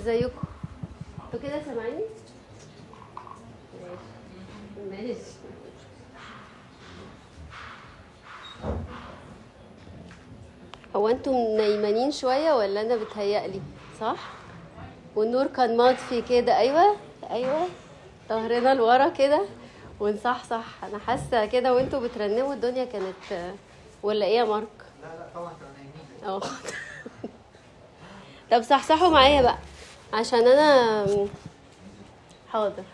ازيكم؟ انتوا كده سامعيني؟ ماشي. هو انتوا نايمانين شويه ولا انا بتهيألي؟ صح؟ والنور كان مطفي كده. ايوه ايوه، ظهرنا لورا كده ونصحصح. انا حاسه كده وانتوا بترنموا الدنيا كانت ولا ايه يا مارك؟ لا طبعا كانوا نايمين. طب صحصحوا معايا بقى عشان انا حاضر.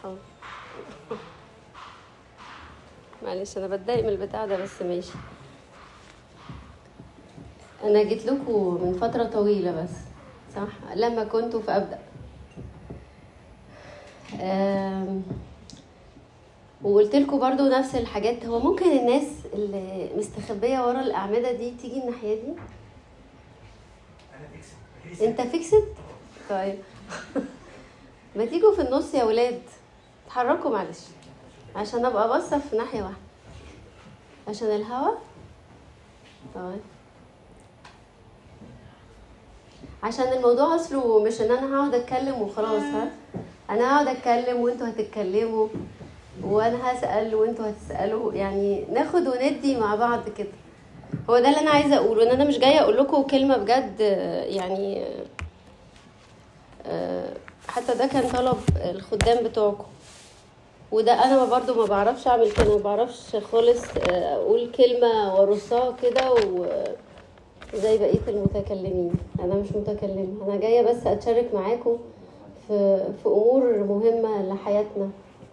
معلش انا بتضايق من البتاع ده بس ماشي. انا جيت لكم من فتره طويله بس صح لما كنتوا في ابدا، وقلت لكم برضو نفس الحاجات. هو ممكن الناس اللي مستخبيه ورا الاعمده دي تيجي الناحيه دي؟ انا فيكسد. انت فيكسد؟ طيب ما تيجوا في النص يا ولاد، اتحركوا معلش عشان ابقى باصه في ناحيه واحده عشان الهوا. طيب عشان الموضوع اصله مش ان انا هقعد اتكلم وخلاص، ها انا هقعد اتكلم وانتوا هتتكلموا وانا هسأل وانتوا هتسألوا، يعني ناخد وندي مع بعض كده. هو ده اللي انا عايزه اقوله، ان انا مش جايه اقول لكم كلمه بجد يعني. حتى ده كان طلب الخدام بتوعكم، وده انا برضو ما بعرفش اعمل كده، ما بعرفش خالص اقول كلمه وارصها كده وزي بقيه المتكلمين. انا مش متكلمه، انا جايه بس اتشارك معاكم في امور مهمه لحياتنا.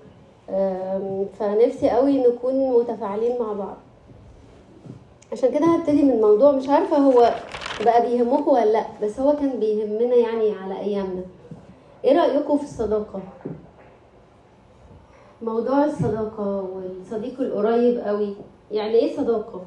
فنفسي قوي نكون متفاعلين مع بعض. عشان كده هبتدي من موضوع مش عارفه هو بقى بيهمكم ولا لا، بس هو كان بيهمنا يعني على ايامنا. ايه رايكم في الصداقه؟ موضوع الصداقه والصديق القريب قوي. يعني ايه صداقه؟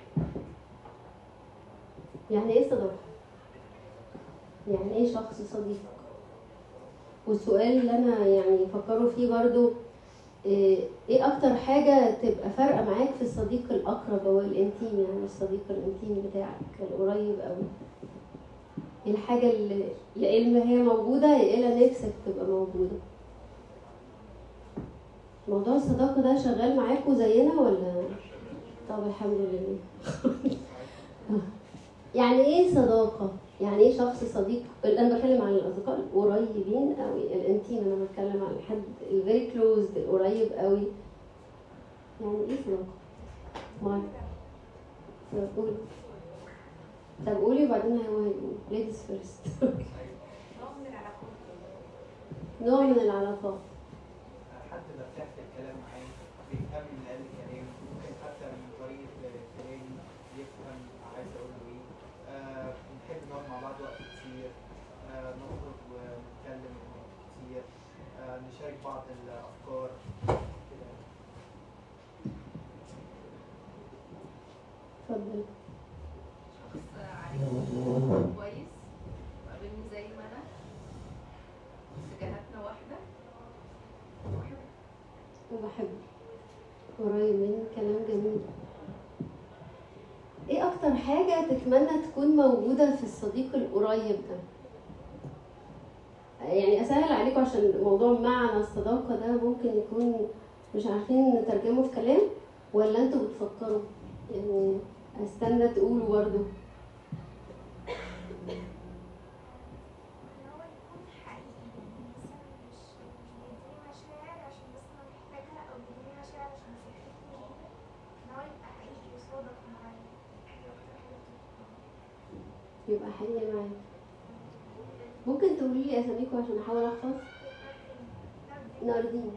يعني ايه صداقه؟ يعني ايه شخص صديق؟ والسؤال اللي انا يعني فكروا فيه برضو، ايه اكتر حاجة تبقى فارقة معاك في الصديق الاقرب او الانتيم، يعني الصديق الانتيم بتاعك القريب قوي؟ ايه الحاجة اللي يا اما هي موجودة يا الا نفسك تبقى موجودة؟ موضوع الصداقة ده شغال معاكوا زينا ولا؟ طب الحمد لله. يعني ايه صداقة؟ يعني ايه شخص صديق؟ انا بتكلم عن الاصدقاء القريبين قوي، الانتيم. انا بتكلم عن الحد الفيري كلوز القريب قوي. يعني ايه صداقة؟ ما قولي. طب قولي وبعدين هو هيقول ladies first. نوع من العلاقات. حد مرتاح في الكلام معاه، بيفهم اللي قال الكلام، ممكن حتى من طريقة كلامي يفهم عايز اقول له ايه. بنحب نقعد مع بعض وقت كتير، نخرج ونتكلم كتير، نشارك بعض الافكار كده. اتفضل. شخص عارف كويس وقابلني زي ما انا، اتجاهاتنا واحده وبحب قريب من كلام جميل. ايه اكتر حاجة تتمنى تكون موجودة في الصديق القريب ده؟ يعني اسهل عليكم عشان موضوع معنى الصداقة ده ممكن يكون مش عارفين نترجمه في كلام، ولا انتوا بتفكروا؟ يعني استنى تقولوا برضو. يبقى حقيقي معاك. ممكن تقولي لي اساميكم عشان احاول احفظ؟ ناردين.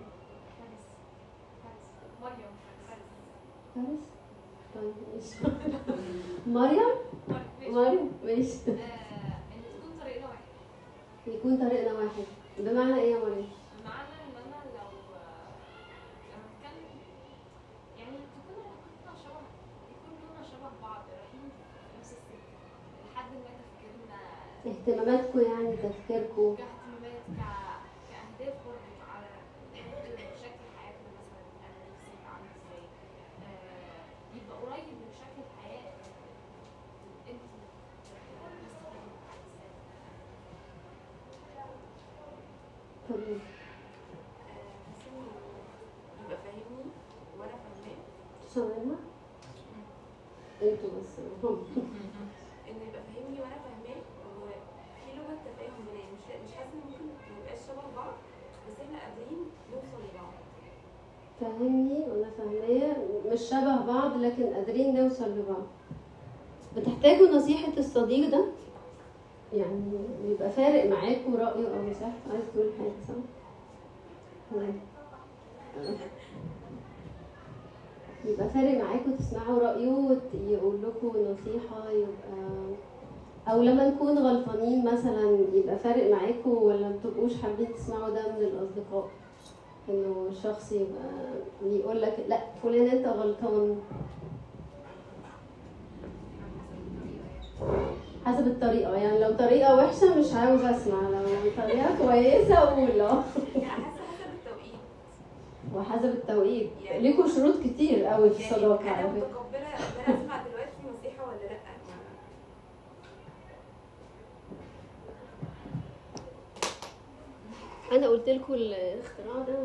فارس. طيب ماشي. مريم ماشي. تكون طريقنا واحد. يكون طريقنا واحد بمعنى ايه يا مريم؟ بمعنى ان انا لما اتكلم يعني تكون علاقتنا شبه، يكون لوننا شبه بعض، رايحين في نفس السكه لحد ما تفكيرنا اهتماماتكم يعني تفكيركم كاهتمامات كأهداف برضه على شكل حياتنا. مثلا انا نفسي ابقى عامل ازاي، يبقى قريب من شكل الحياه انت تمام. حاسه انه يبقى فاهمني وانا فاهماه. سامعينها؟ انتوا بس هم. انه يبقى فاهمني وانا فاهماه وفي لغه تفاهم بينا، مش حاسه ان ممكن ميبقاش شبه بعض بس احنا قادرين نوصل لبعض. فاهمني وانا فاهماه، مش شبه بعض لكن قادرين نوصل لبعض. بتحتاجوا نصيحة الصديق ده؟ يعني بيبقى فارق معاكوا رأيه أو مساحته. عايز تقول حاجة صح؟ تمام. يبقى فارق معاكوا تسمعوا رأيه، يقول لكم نصيحة، يبقى أو لما نكون غلطانين مثلا يبقى فارق معاكوا، ولا متبقوش حابين تسمعوا ده من الأصدقاء؟ إنه الشخص يبقى يقول لك لا فلان أنت غلطان. حسب الطريقة، يعني لو طريقة وحشة مش عاوزة أسمع، لو طريقة كويسة أقول له. حسب التوقيت. وحسب التوقيت ليكوا شروط كتير قوي في الصداقة يعني على أنا فكرة. متقبلة إن أنا أسمع دلوقتي نصيحة ولا لأ. أنا قلت لكم الاختراع ده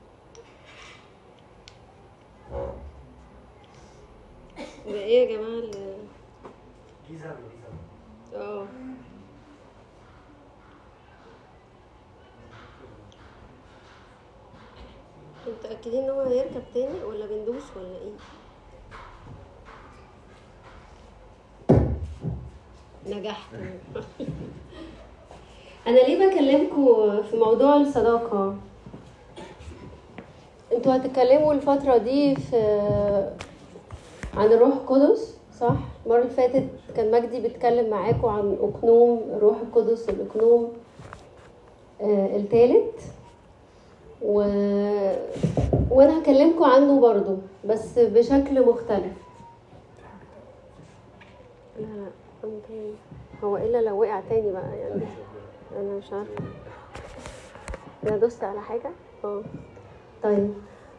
ده إيه يا جماعة؟ جيزة. انتوا متأكدين ان هو هيركب تاني ولا بندوس ولا ايه؟ نجحت. انا ليه بكلمكم في موضوع الصداقة؟ انتوا هتتكلموا الفترة دي عن الروح القدس صح؟ المرة اللي فاتت كان مجدي بيتكلم معاكم عن أقنوم الروح القدس، الأقنوم الثالث، وانا هكلمكم عنه برضو بس بشكل مختلف. لا هو الا لو وقع تاني بقى، يعني انا مش عارفه. انا دوست على حاجه. طيب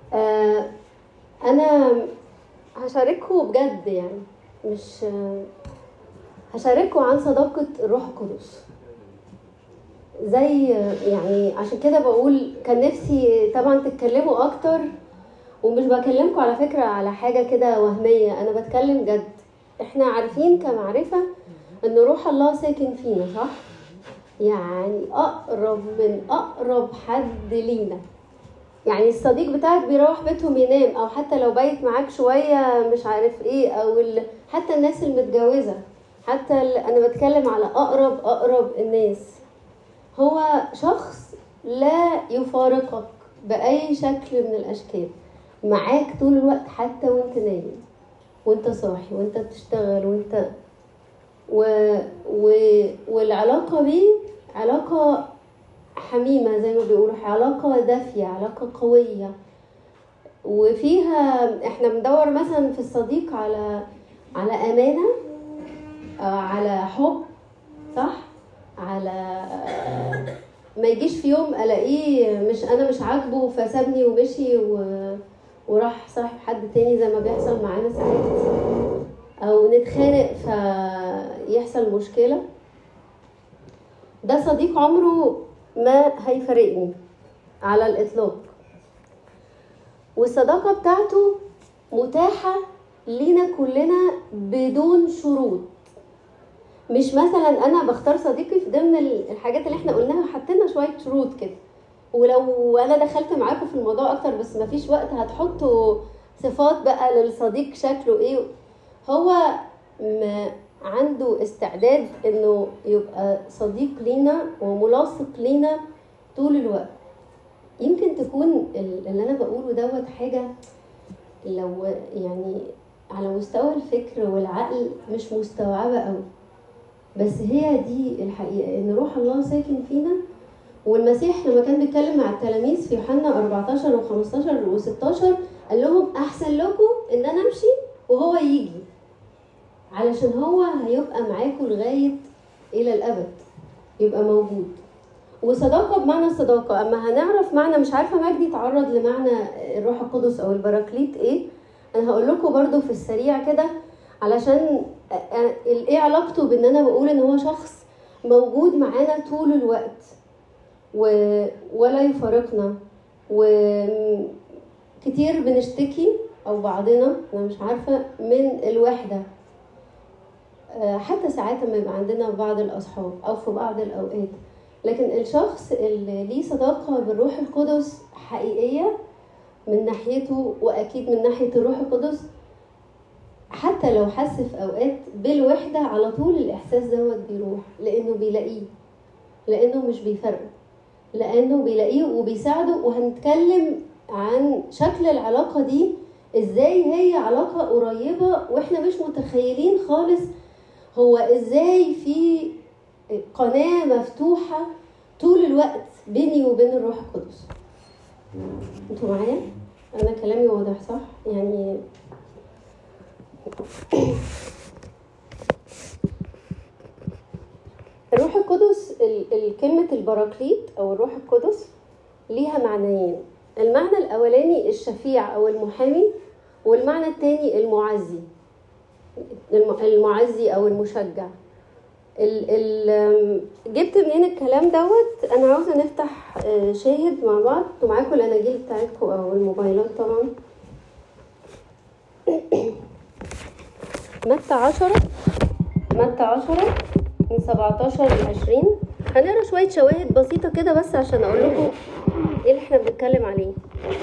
انا هشارككم بجد، يعني مش هشارككم عن صداقه الروح القدس. زي يعني عشان كده بقول كان نفسي طبعا تتكلموا اكتر، ومش بكلمكم على فكرة على حاجة كده وهمية، انا بتكلم جد. احنا عارفين كمعرفة ان روح الله ساكن فينا صح؟ يعني اقرب من اقرب حد لينا. يعني الصديق بتاعك بيروح بيتهم ينام، او حتى لو بايت معاك شوية مش عارف ايه، او حتى الناس المتجوزة، حتى انا بتكلم على اقرب الناس. هو شخص لا يفارقك بأي شكل من الأشكال، معاك طول الوقت حتى وانت نايم وانت صاحي وانت بتشتغل والعلاقة بيه علاقة حميمة زي ما بيقولوا، علاقة دافية، علاقة قوية، وفيها احنا بندور مثلا في الصديق على أمانة، على حب صح، على ما يجيش في يوم الاقيه انا مش عاجبه فسابني ومشي وراح صاحب حد تاني زي ما بيحصل معانا ساعات، او نتخانق فيحصل مشكلة. ده صديق عمره ما هيفارقني على الاطلاق، والصداقة بتاعته متاحة لينا كلنا بدون شروط. مش مثلا انا بختار صديقي في ضمن الحاجات اللي احنا قلناها وحطينا شويه شروط كده، ولو انا دخلت معاكم في الموضوع اكتر بس مفيش وقت هتحطوا صفات بقى للصديق شكله ايه. هو عنده استعداد انه يبقى صديق لينا وملاصق لينا طول الوقت. يمكن تكون اللي انا بقوله دوت حاجه لو يعني على مستوى الفكر والعقل مش مستوعبه قوي، بس هي دي الحقيقة، ان روح الله ساكن فينا. والمسيح لما كان بيتكلم مع التلاميذ في يوحنا 14 و15 و16 قال لهم احسن لكم ان انا امشي وهو يجي، علشان هو هيبقى معاكم لغاية الى الابد، يبقى موجود. وصداقة بمعنى الصداقة، اما هنعرف معنى، مش عارفة مجدي تعرض لمعنى الروح القدس او البراكليت ايه، انا هقول لكم برضو في السريع كده علشان ايه علاقته بان انا بقول ان هو شخص موجود معانا طول الوقت. ولا يفارقنا، وكتير بنشتكي او بعضنا انا مش عارفه من الوحده، حتى ساعات لما يبقى عندنا بعض الاصحاب او في بعض الاوقات. لكن الشخص اللي ليه صداقه بالروح القدس حقيقيه من ناحيته واكيد من ناحيه الروح القدس، حتى لو حس في اوقات بالوحده على طول الاحساس دوت بيروح، لانه بيلاقيه، لانه مش بيفرق، لانه بيلاقيه وبيساعده. وهنتكلم عن شكل العلاقه دي ازاي هي علاقه قريبه واحنا مش متخيلين خالص هو ازاي في قناه مفتوحه طول الوقت بيني وبين الروح القدس. انتوا معايا؟ انا كلامي واضح صح؟ يعني الروح القدس، كلمة البراكليت أو الروح القدس ليها معنيين. المعنى الأولاني الشفيع أو المحامي، والمعنى الثاني المعزي، المعزي أو المشجع. جبت منين الكلام دوت؟ أنا عاوزة نفتح شاهد مع بعض. انتوا معاكم الأناجيل بتاعتكم أو الموبايلات طبعا. متى 10 من 17 ل 20. هنقرا شويه شواهد بسيطه كده بس عشان اقول لكم ايه اللي احنا بنتكلم عليه.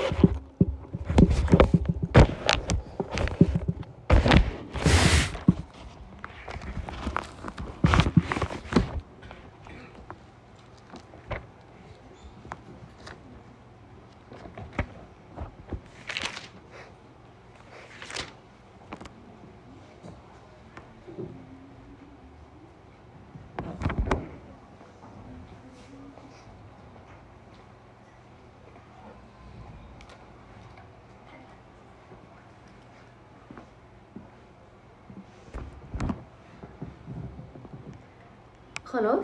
خلاص.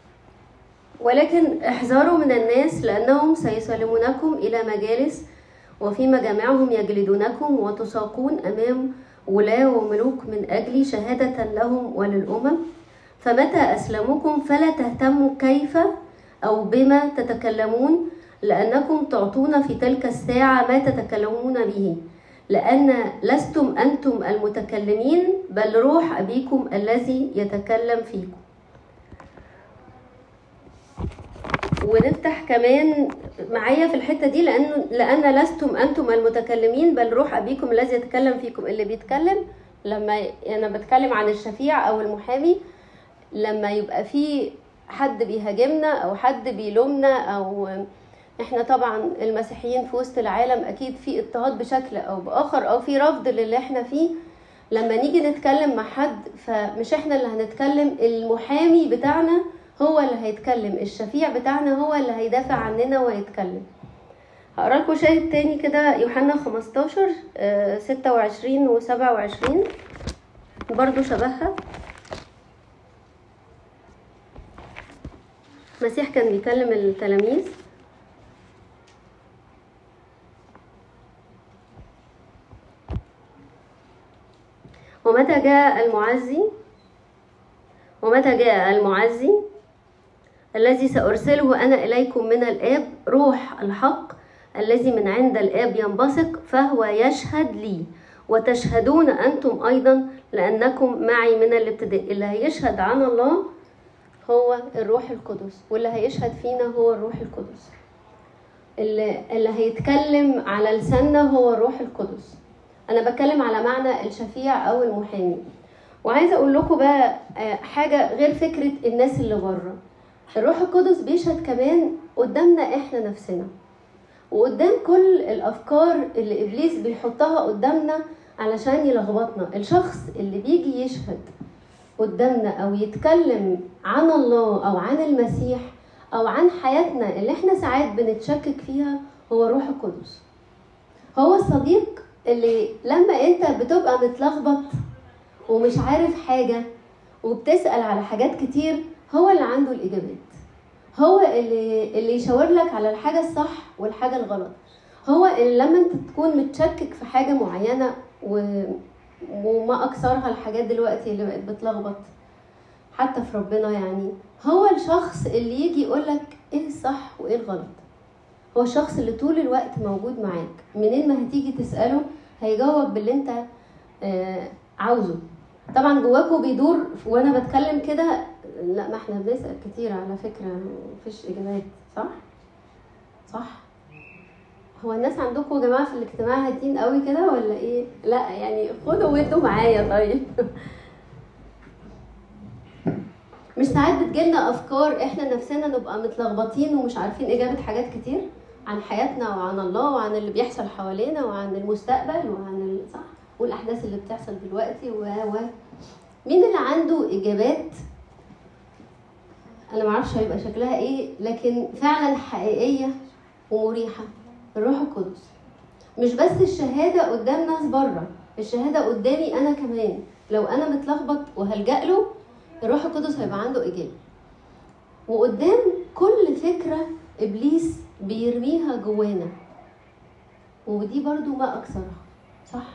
ولكن احذروا من الناس لأنهم سيسلمونكم إلى مجالس وفي مجامعهم يجلدونكم وتساقون أمام ولاة وملوك من أجل شهادة لهم وللأمم. فمتى أسلموكم فلا تهتموا كيف أو بما تتكلمون، لأنكم تعطون في تلك الساعة ما تتكلمون به، لأن لستم أنتم المتكلمين بل روح أبيكم الذي يتكلم فيكم. ونفتح كمان معايا في الحتة دي، لأن لستم أنتم المتكلمين بل روح أبيكم الذي يتكلم فيكم. اللي بيتكلم لما أنا بتكلم عن الشفيع أو المحامي، لما يبقى في حد بيهاجمنا أو حد بيلومنا، أو إحنا طبعا المسيحيين في وسط العالم أكيد في اضطهاد بشكل أو بآخر أو في رفض للي إحنا فيه. لما نيجي نتكلم مع حد فمش إحنا اللي هنتكلم، المحامي بتاعنا هو اللي هيتكلم، الشفيع بتاعنا هو اللي هيدافع عننا ويتكلم. هقرأ لكم شاهد تاني كده، يوحنا 15 26 و 27 برضو شبهها. المسيح كان بيكلم التلاميذ. ومتى جاء المعزي الذي سأرسله أنا إليكم من الآب، روح الحق الذي من عند الآب ينبثق، فهو يشهد لي، وتشهدون أنتم أيضا لأنكم معي من الابتداء. اللي هيشهد عن الله هو الروح القدس، واللي هيشهد فينا هو الروح القدس. اللي هيتكلم على لساننا هو الروح القدس. أنا بتكلم على معنى الشفيع أو المحامي. وعايزة أقول لكم بقى حاجة غير فكرة الناس اللي بره. الروح القدس بيشهد كمان قدامنا إحنا نفسنا، وقدام كل الأفكار اللي إبليس بيحطها قدامنا علشان يلخبطنا. الشخص اللي بيجي يشهد قدامنا أو يتكلم عن الله أو عن المسيح أو عن حياتنا اللي إحنا ساعات بنتشكك فيها هو الروح القدس. هو الصديق اللي لما أنت بتبقى متلخبط ومش عارف حاجة وبتسأل على حاجات كتير، هو اللي عنده الإجابات، هو اللي يشاور لك على الحاجة الصح والحاجة الغلط. هو اللي لما انت تكون متشكك في حاجة معينة وما أكثرها الحاجات دلوقتي اللي بقت بتلخبط، حتى في ربنا يعني هو الشخص اللي يجي يقولك ايه الصح وايه الغلط. هو الشخص اللي طول الوقت موجود معاك، منين ما هتيجي تسأله هيجاوب باللي انت عاوزه. طبعا جواكوا بيدور وانا بتكلم كده، لا ما احنا بنسأل كتير على فكرة، مفيش اجابات، صح. هو الناس عندكم يا جماعة في الاجتماع هادين قوي كده ولا ايه؟ لا يعني خدوا وانتوا معايا طيب. مش ساعات بتجيلنا افكار احنا نفسنا نبقى متلخبطين ومش عارفين اجابة حاجات كتير عن حياتنا وعن الله وعن اللي بيحصل حوالينا وعن المستقبل وعن صح والاحداث اللي بتحصل دلوقتي مين اللي عنده اجابات؟ انا معرفش هيبقى شكلها ايه، لكن فعلا حقيقية ومريحة. الروح القدس مش بس الشهادة قدام ناس بره، الشهادة قدامي انا كمان. لو انا متلخبط وهلجأ له، الروح القدس هيبقى عنده اجابة. وقدام كل فكرة ابليس بيرميها جوانا، ودي برضو ما اكثرها، صح؟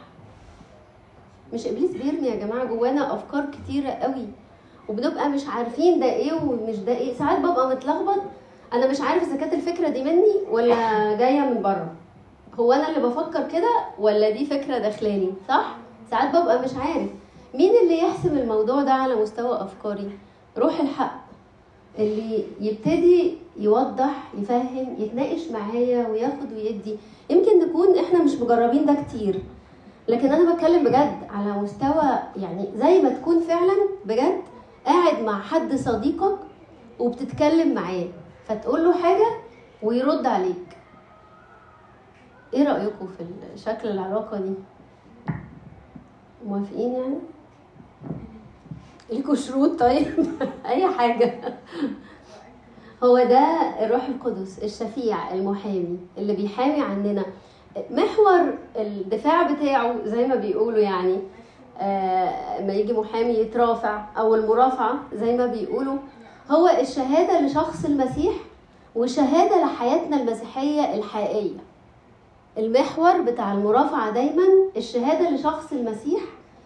مش ابليس بيرمي يا جماعة جوانا افكار كتيرة قوي، وبنبقى مش عارفين ده ايه ومش ده ايه. ساعات ببقى متلخبط، انا مش عارف اذا كانت الفكرة دي مني ولا جاية من بره. هو انا اللي بفكر كده ولا دي فكرة داخلاني، صح؟ ساعات ببقى مش عارف مين اللي يحسم الموضوع ده على مستوى افكاري. روح الحق اللي يبتدي يوضح، يفهم، يتناقش معايا وياخد ويدي. يمكن نكون احنا مش مجربين ده كتير، لكن انا بتكلم بجد على مستوى يعني زي ما تكون فعلا بجد قاعد مع حد صديقك وبتتكلم معاه، فتقول له حاجة ويرد عليك. ايه رأيكم في شكل العلاقة دي؟ موافقين يعني؟ ليكوا شروط طيب؟ اي حاجة. هو ده الروح القدس الشفيع المحامي اللي بيحامي عننا. محور الدفاع بتاعه زي ما بيقولوا يعني ما يجي محامي يترافع او المرافعة زي ما بيقولوا، هو الشهادة لشخص المسيح وشهادة لحياتنا المسيحية الحقيقية. المحور بتاع المرافعة دايما الشهادة لشخص المسيح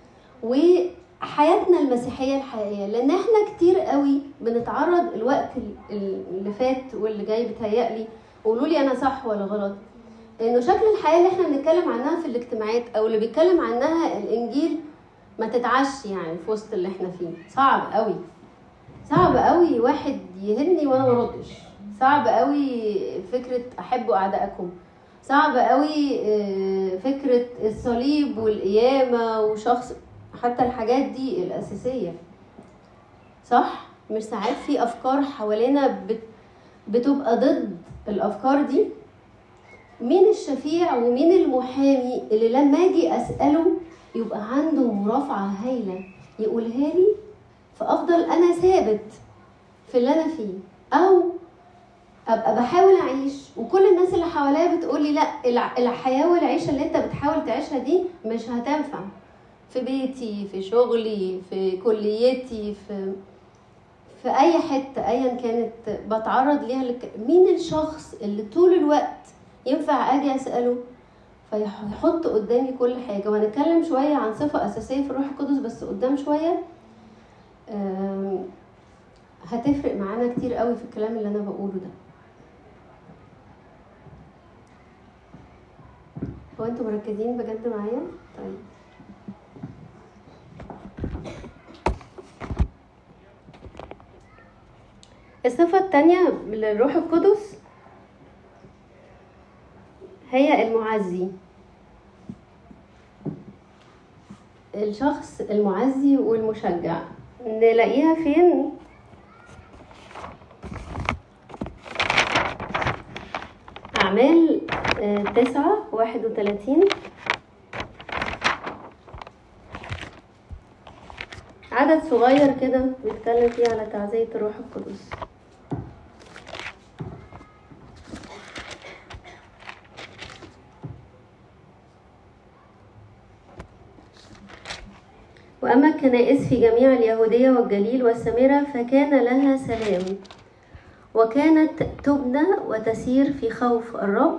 وحياتنا المسيحية الحقيقية. لان احنا كتير قوي بنتعرض الوقت اللي فات واللي جاي بتهيألي، قولوا لي انا صح ولا غلط، انه شكل الحياة اللي احنا بنتكلم عنها في الاجتماعات او اللي بيتكلم عنها الانجيل ما تتعش يعني في وسط اللي احنا فيه. صعب قوي واحد يهني وانا ما ردش، صعب قوي فكرة احبوا اعدائكم، صعب قوي فكرة الصليب والقيامة وشخص، حتى الحاجات دي الاساسية، صح؟ مش ساعات في افكار حوالينا بتبقى ضد الافكار دي. مين الشفيع ومين المحامي اللي لما اجي اساله يبقى عنده مرافعه هايله يقولها لي، فافضل انا ثابت في اللي انا فيه، او ابقى بحاول اعيش وكل الناس اللي حواليا بتقول لي لا الحياه والعيشه اللي انت بتحاول تعيشها دي مش هتنفع في بيتي، في شغلي، في كليتي، في اي حته ايا كانت بتعرض ليها. مين الشخص اللي طول الوقت ينفع اجي اساله فيحط قدامي كل حاجه؟ وهنتكلم شويه عن صفه اساسيه في الروح القدس بس قدام شويه هتفرق معانا كتير قوي في الكلام اللي انا بقوله ده. هو انتوا مركزين بجد معايا؟ طيب الصفه الثانيه للروح القدس هي المعزي. الشخص المعزي والمشجع نلاقيها فين؟ أعمال 9:31 عدد صغير كده بيتكلم فيه على تعزية الروح القدس. وأما الكنائس في جميع اليهودية والجليل والسامرة فكان لها سلام، وكانت تبنى وتسير في خوف الرب،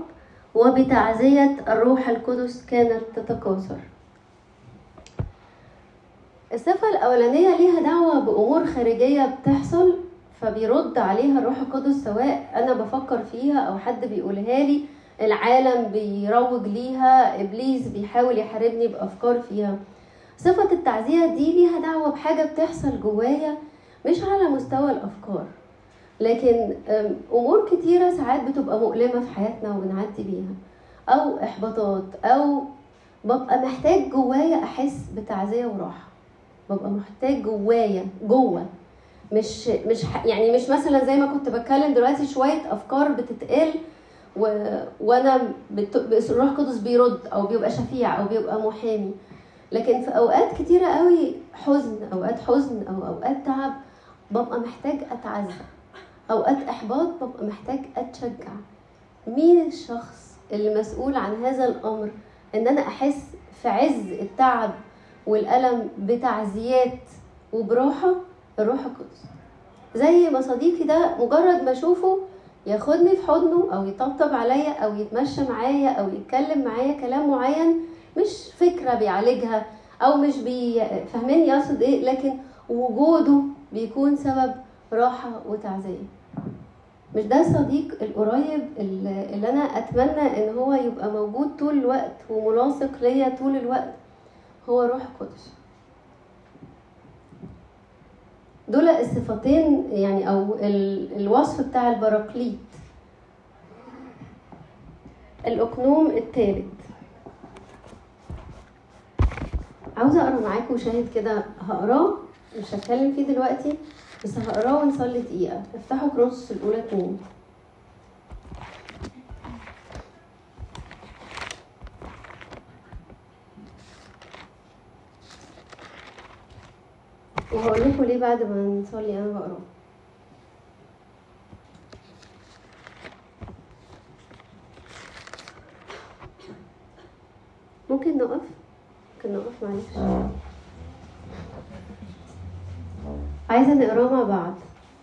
وبتعزية الروح القدس كانت تتكاثر. الصفة الأولانية ليها دعوة بأمور خارجية بتحصل فبيرد عليها الروح القدس، سواء أنا بفكر فيها أو حد بيقولها لي، العالم بيروج ليها، إبليس بيحاول يحاربني بأفكار فيها. صفة التعزية دي ليها دعوة بحاجة بتحصل جوايا مش على مستوى الأفكار، لكن أمور كتيرة ساعات بتبقى مؤلمة في حياتنا وبنعدي بيها، أو إحباطات، أو ببقى محتاج جوايا أحس بتعزية وراحة، ببقى محتاج جوايا جوه، مش يعني مش مثلا زي ما كنت بتكلم دلوقتي شوية أفكار بتتقال وانا الروح القدس بيرد او بيبقى شفيع او بيبقى محامي، لكن في اوقات كتيره قوي اوقات حزن او اوقات تعب ببقى محتاج اتعزى، اوقات احباط ببقى محتاج اتشجع. مين الشخص اللي مسؤول عن هذا الامر، ان انا احس في عز التعب والالم بتعزيات وبراحه؟ الروح القدس. زي ما صديقي ده مجرد ما اشوفه ياخدني في حضنه او يطبطب عليا او يتمشى معايا او يتكلم معايا كلام معين، مش فكرة بيعالجها او مش بيفهمني يقصد ايه، لكن وجوده بيكون سبب راحة وتعزية. مش ده الصديق القريب اللي انا اتمنى ان هو يبقى موجود طول الوقت وملاصق ليا طول الوقت؟ هو روح القدس. دول الصفتين يعني او الوصف بتاع البراكليت. الأقنوم الثالث عاوزة أقرأ معاكم شاهد كده، هقراه مش هتكلم فيه دلوقتي بس هقراه ونصلي دقيقة. افتحوا كورنثوس الأولى 2. وهقول لكم ليه بعد ما نصلي أنا بقراه. ممكن نقف معلش. عايزة نقراه مع بعض.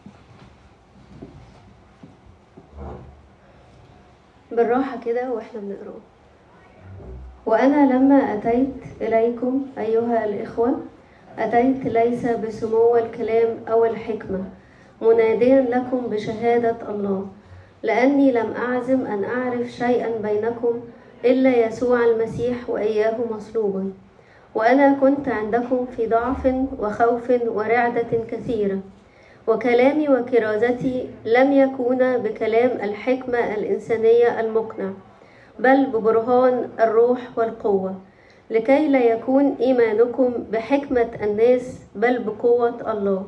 بالراحة كده واحنا بنقراه. وأنا لما أتيت إليكم أيها الإخوة أتيت ليس بسمو الكلام أو الحكمة، مناديا لكم بشهادة الله، لأني لم أعزم أن أعرف شيئا بينكم إلا يسوع المسيح وإياه مصلوبا. وأنا كنت عندكم في ضعف وخوف ورعدة كثيرة، وكلامي وكرازتي لم يكونا بكلام الحكمة الإنسانية المقنع، بل ببرهان الروح والقوة، لكي لا يكون إيمانكم بحكمة الناس بل بقوة الله.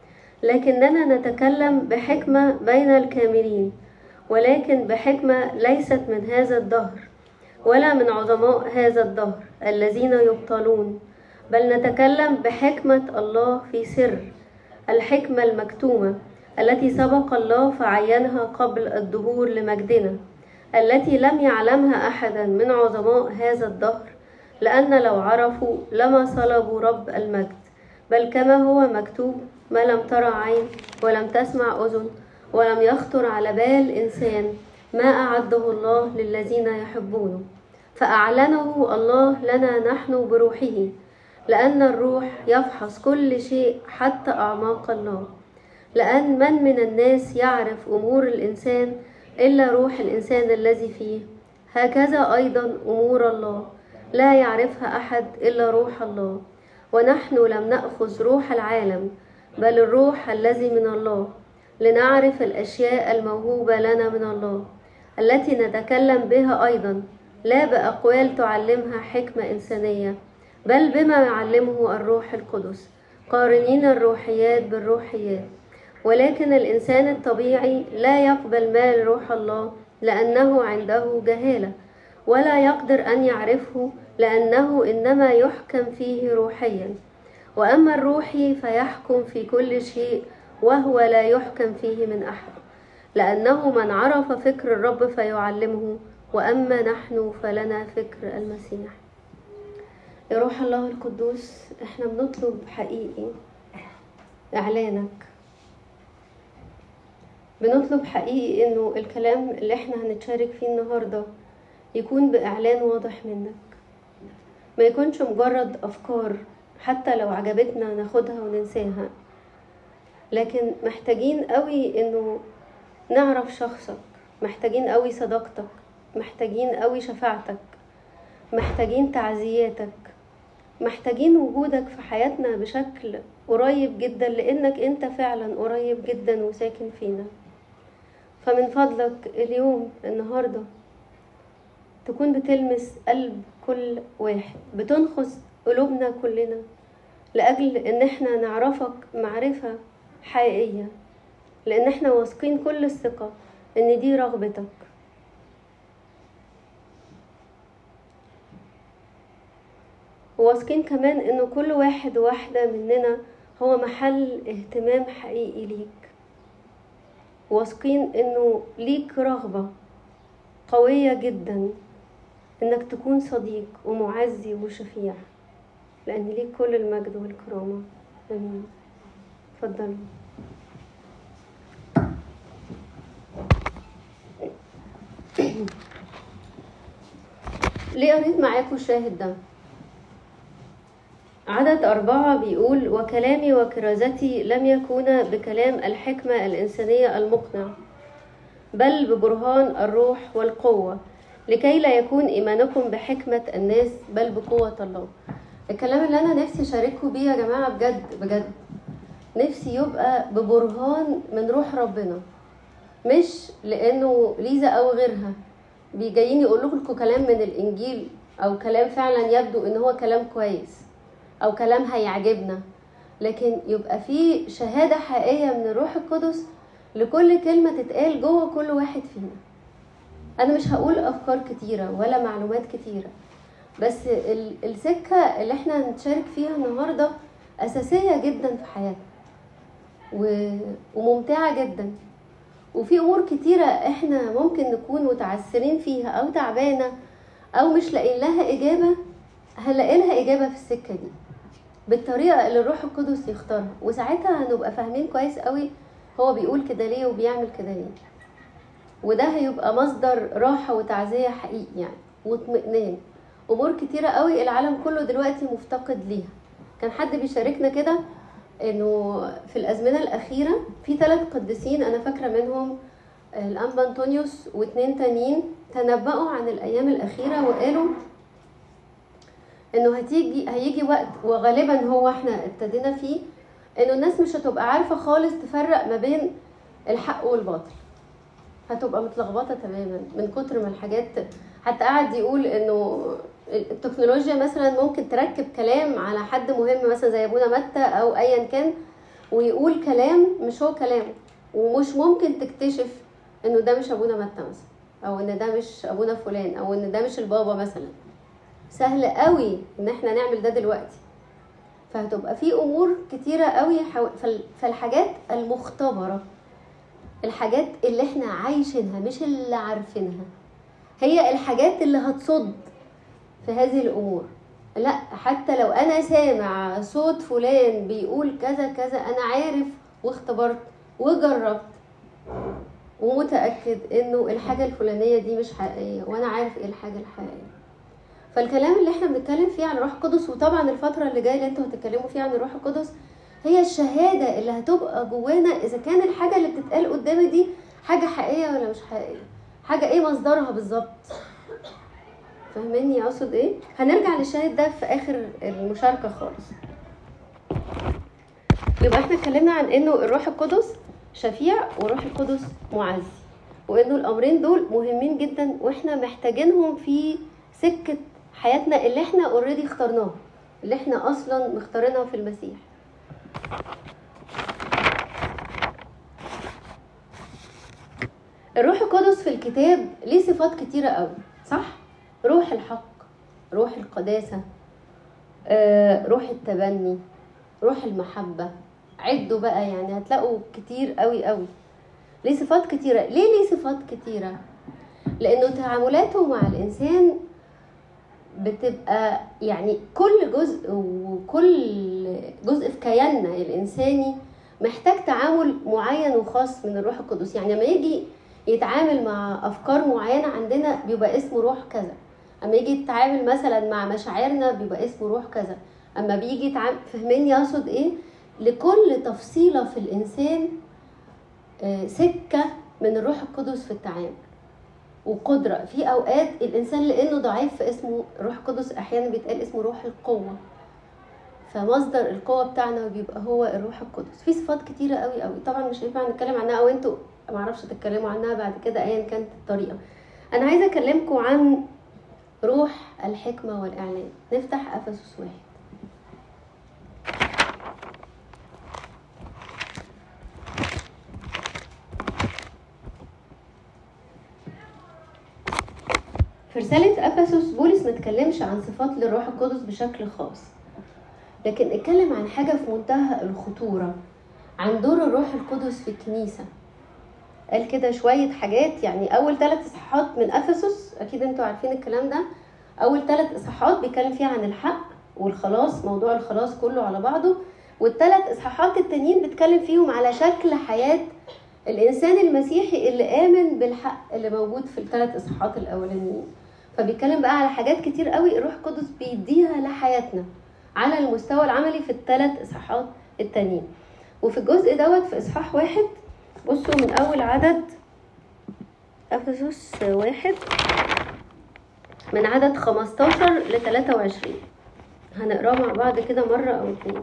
لكننا نتكلم بحكمة بين الكاملين، ولكن بحكمة ليست من هذا الدهر ولا من عظماء هذا الدهر الذين يبطلون، بل نتكلم بحكمة الله في سر، الحكمة المكتومة التي سبق الله فعينها قبل الدهور لمجدنا، التي لم يعلمها أحدا من عظماء هذا الدهر، لأن لو عرفوا لما صلبوا رب المجد. بل كما هو مكتوب: ما لم ترى عين ولم تسمع أذن ولم يخطر على بال إنسان ما أعده الله للذين يحبونه، فأعلنه الله لنا نحن بروحه، لأن الروح يفحص كل شيء حتى أعماق الله. لأن من الناس يعرف أمور الإنسان إلا روح الإنسان الذي فيه، هكذا أيضا أمور الله لا يعرفها أحد إلا روح الله. ونحن لم نأخذ روح العالم بل الروح الذي من الله، لنعرف الأشياء الموهوبة لنا من الله، التي نتكلم بها أيضا، لا بأقوال تعلمها حكمة إنسانية، بل بما يعلمه الروح القدس، قارنين الروحيات بالروحيات. ولكن الإنسان الطبيعي لا يقبل ما لروح الله، لأنه عنده جهالة، ولا يقدر أن يعرفه، لأنه إنما يحكم فيه روحيا. وأما الروحي فيحكم في كل شيء، وهو لا يحكم فيه من أحد، لأنه من عرف فكر الرب فيعلمه، وأما نحن فلنا فكر المسيح. يا روح الله القدوس، احنا بنطلب حقيقي إعلانك، بنطلب حقيقي إنه الكلام اللي احنا هنتشارك فيه النهاردة يكون بإعلان واضح منك، ما يكونش مجرد أفكار حتى لو عجبتنا ناخدها وننساها، لكن محتاجين قوي انه نعرف شخصك، محتاجين قوي صداقتك، محتاجين قوي شفاعتك، محتاجين تعزياتك، محتاجين وجودك في حياتنا بشكل قريب جدا، لانك انت فعلا قريب جدا وساكن فينا. فمن فضلك اليوم النهاردة تكون بتلمس قلب كل واحد، بتنخس قلوبنا كلنا، لأجل ان احنا نعرفك معرفة حقيقية، لان احنا واثقين كل الثقة ان دي رغبتك. وواثقين كمان ان كل واحد وواحدة مننا هو محل اهتمام حقيقي ليك. واثقين انه ليك رغبة قوية جدا انك تكون صديق ومعزي وشفيع، لان ليك كل المجد والكرامة. امين. اتفضلوا. ليه قريت معاكم الشاهد ده؟ عدد 4 بيقول: وكلامي وكرازتي لم يكون بكلام الحكمة الإنسانية المقنع، بل ببرهان الروح والقوة، لكي لا يكون إيمانكم بحكمة الناس بل بقوة الله. الكلام اللي أنا نفسي أشارككم بيه يا جماعة بجد بجد، نفسي يبقى ببرهان من روح ربنا، مش لأنه ليزا أو غيرها بيجايين يقولوا لكم كلام من الإنجيل أو كلام فعلا يبدو إن هو كلام كويس أو كلام هيعجبنا، لكن يبقى فيه شهادة حقيقية من الروح القدس لكل كلمة تتقال جوه كل واحد فينا. أنا مش هقول أفكار كتيرة ولا معلومات كتيرة، بس السكة اللي احنا هنتشارك فيها النهاردة أساسية جدا في حياتنا وممتعة جدا، وفي أمور كتيرة احنا ممكن نكون متعثرين فيها أو تعبانة أو مش لاقين لها إجابة، هنلاقي لها إجابة في السكة دي بالطريقة اللي الروح القدس يختارها، وساعتها هنبقى فاهمين كويس قوي هو بيقول كده ليه وبيعمل كده ليه. وده هيبقى مصدر راحة وتعزية حقيقي يعني واطمئنان. أمور كتيرة قوي العالم كله دلوقتي مفتقد ليها. كان حد بيشاركنا كده إنه في الأزمنة الأخيرة في 3 قديسين أنا فاكرة منهم الأنبا أنطونيوس و2 تانيين تنبأوا عن الأيام الأخيرة وقالوا إنه هيجي وقت، وغالبا هو احنا ابتدينا فيه، إنه الناس مش هتبقى عارفة خالص تفرق ما بين الحق والباطل، هتبقى متلخبطة تماما من كتر ما الحاجات. حتى قاعد يقول إنه التكنولوجيا مثلا ممكن تركب كلام على حد مهم مثلا زي ابونا متى او ايا كان، ويقول كلام مش هو كلامه، ومش ممكن تكتشف انه ده مش ابونا متى مثلا، او ان ده مش ابونا فلان، او ان ده مش البابا مثلا. سهل قوي ان احنا نعمل ده دلوقتي. فهتبقى في امور كتيرة قوي فالحاجات المختبرة، الحاجات اللي احنا عايشينها مش اللي عارفينها، هي الحاجات اللي هتصد في هذه الأمور. لا، حتى لو أنا سامع صوت فلان بيقول كذا كذا، أنا عارف واختبرت وجربت ومتأكد إنه الحاجة الفلانية دي مش حقيقية، وأنا عارف إيه الحاجة الحقيقية. فالكلام اللي احنا بنتكلم فيه عن الروح القدس، وطبعا الفترة اللي جاية اللي انتوا هتتكلموا فيها عن الروح القدس، هي الشهادة اللي هتبقى جوانا إذا كان الحاجة اللي بتتقال قدامي دي حاجة حقيقية ولا مش حقيقية، حاجة إيه مصدرها بالظبط. فاهميني اقصد ايه؟ هنرجع للشاهد ده في اخر المشاركه خالص. يبقى احنا اتكلمنا عن انه الروح القدس شفيع والروح القدس معزي، وانه الامرين دول مهمين جدا واحنا محتاجينهم في سكه حياتنا اللي احنا اوريدي اخترناها، اللي احنا اصلا مختارينها في المسيح. الروح القدس في الكتاب ليه صفات كتيره قوي، صح؟ روح الحق، روح القداسة، روح التبني، روح المحبة، عدوا بقى يعني هتلاقوا كتير قوي قوي. ليه صفات كتيرة. ليه صفات كتيرة؟ لأنه تعاملاته مع الإنسان بتبقى يعني كل جزء وكل جزء في كياننا الإنساني محتاج تعامل معين وخاص من الروح القدس. يعني لما يجي يتعامل مع أفكار معينة عندنا بيبقى اسمه روح كذا، اما يجي يتعامل مثلا مع مشاعرنا بيبقى اسمه روح كذا، اما بيجي فهمين يقصد ايه؟ لكل تفصيلة في الانسان سكة من الروح القدس في التعامل وقدرة. في اوقات الانسان لانه ضعيف فاسمه روح القدس، احيانا بيتقال اسمه روح القوة، فمصدر القوة بتاعنا بيبقى هو الروح القدس. في صفات كتيرة قوي قوي طبعا مش هينفع نتكلم عنها او انتوا معرفش تتكلموا عنها بعد كده ايا كانت الطريقة. انا عايزة اكلمكم عن روح الحكمة والاعلان. نفتح افسس 1. في رسالة افسس بولس ما اتكلمش عن صفات للروح القدس بشكل خاص، لكن اتكلم عن حاجة في منتهى الخطورة، عن دور الروح القدس في الكنيسة. قال كده شوية حاجات. يعني أول 3 إصحاحات من أفسس، أكيد أنتوا عارفين الكلام ده، أول 3 إصحاحات بيتكلم فيها عن الحق والخلاص، موضوع الخلاص كله على بعضه، وال3 إصحاحات التانيين بيتكلم فيهم على شكل حياة الإنسان المسيحي اللي آمن بالحق اللي موجود في ال3 إصحاحات الأولانيين. فبيتكلم بقى على حاجات كتير قوي الروح القدس بيديها لحياتنا على المستوى العملي في ال3 إصحاحات التانيين. وفي الجزء دوت في إصحاح 1 بصوا من أول عدد أفسس 1 من عدد 15 ل 23 هنقراه مع بعض كده مرة أو 2.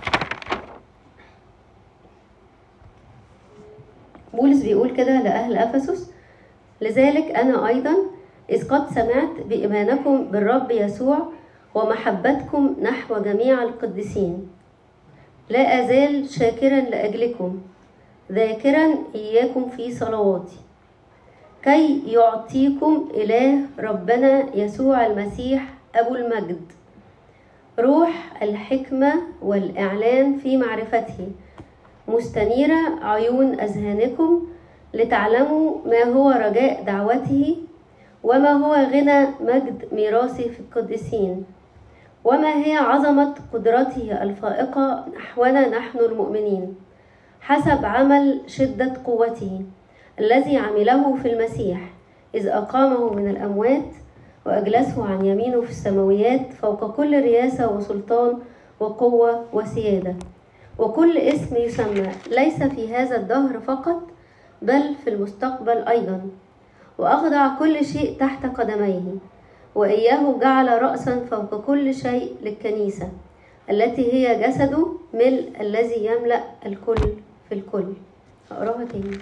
بولس بيقول كده لأهل أفسس: لذلك أنا أيضا إذ قد سمعت بإيمانكم بالرب يسوع ومحبتكم نحو جميع القديسين، لا أزال شاكرا لأجلكم، ذاكرا إياكم في صلواتي، كي يعطيكم إله ربنا يسوع المسيح أبو المجد روح الحكمة والإعلان في معرفته، مستنيرة عيون أذهانكم لتعلموا ما هو رجاء دعوته وما هو غنى مجد ميراثه في القديسين، وما هي عظمة قدرته الفائقة نحونا نحن المؤمنين، حسب عمل شدة قوته الذي عمله في المسيح إذ أقامه من الأموات وأجلسه عن يمينه في السماويات فوق كل رياسة وسلطان وقوة وسيادة وكل اسم يسمى، ليس في هذا الدهر فقط بل في المستقبل أيضا، وأخضع كل شيء تحت قدميه، وإياه جعل رأسا فوق كل شيء للكنيسة التي هي جسده ملء الذي يملأ الكل في الكل. هقراها تاني.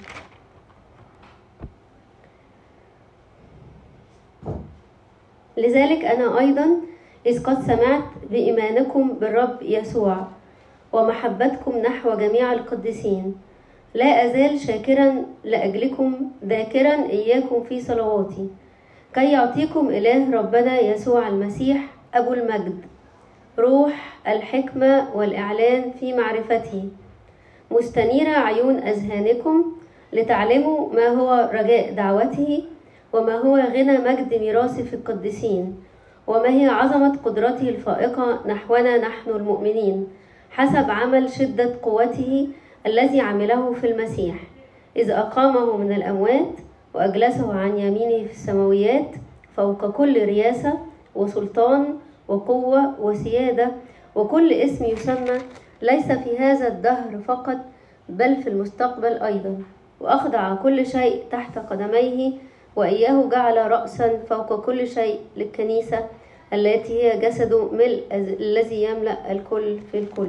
لذلك أنا أيضا إذ قد سمعت بإيمانكم بالرب يسوع ومحبتكم نحو جميع القديسين، لا أزال شاكرا لأجلكم، ذاكرا إياكم في صلواتي، كي يعطيكم إله ربنا يسوع المسيح أبو المجد روح الحكمة والإعلان في معرفته، مستنيرة عيون أذهانكم لتعلموا ما هو رجاء دعوته وما هو غنى مجد ميراثه في القديسين، وما هي عظمة قدرته الفائقة نحونا نحن المؤمنين، حسب عمل شدة قوته الذي عمله في المسيح إذ أقامه من الأموات وأجلسه عن يمينه في السماويات فوق كل رياسة وسلطان وقوة وسيادة وكل اسم يسمى، ليس في هذا الدهر فقط بل في المستقبل أيضا، وأخضع كل شيء تحت قدميه، وإياه جعل رأسا فوق كل شيء للكنيسة التي هي جسده ملء الذي يملأ الكل في الكل.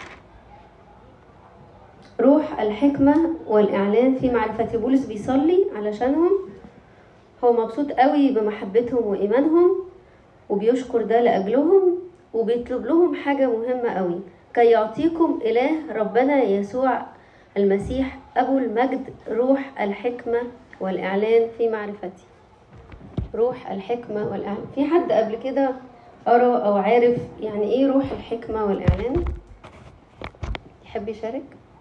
روح الحكمة والإعلان في معرفة. بولس بيصلي علشانهم، هو مبسوط قوي بمحبتهم وإيمانهم وبيشكر ده لأجلهم، وبيطلب لهم حاجة مهمة قوي: كي يعطيكم إله ربنا يسوع المسيح أبو المجد روح الحكمة والإعلان في معرفتي. روح الحكمة والإعلان. في حد قبل كده قرأ أو عارف يعني إيه روح الحكمة والإعلان؟ يحب يشارك؟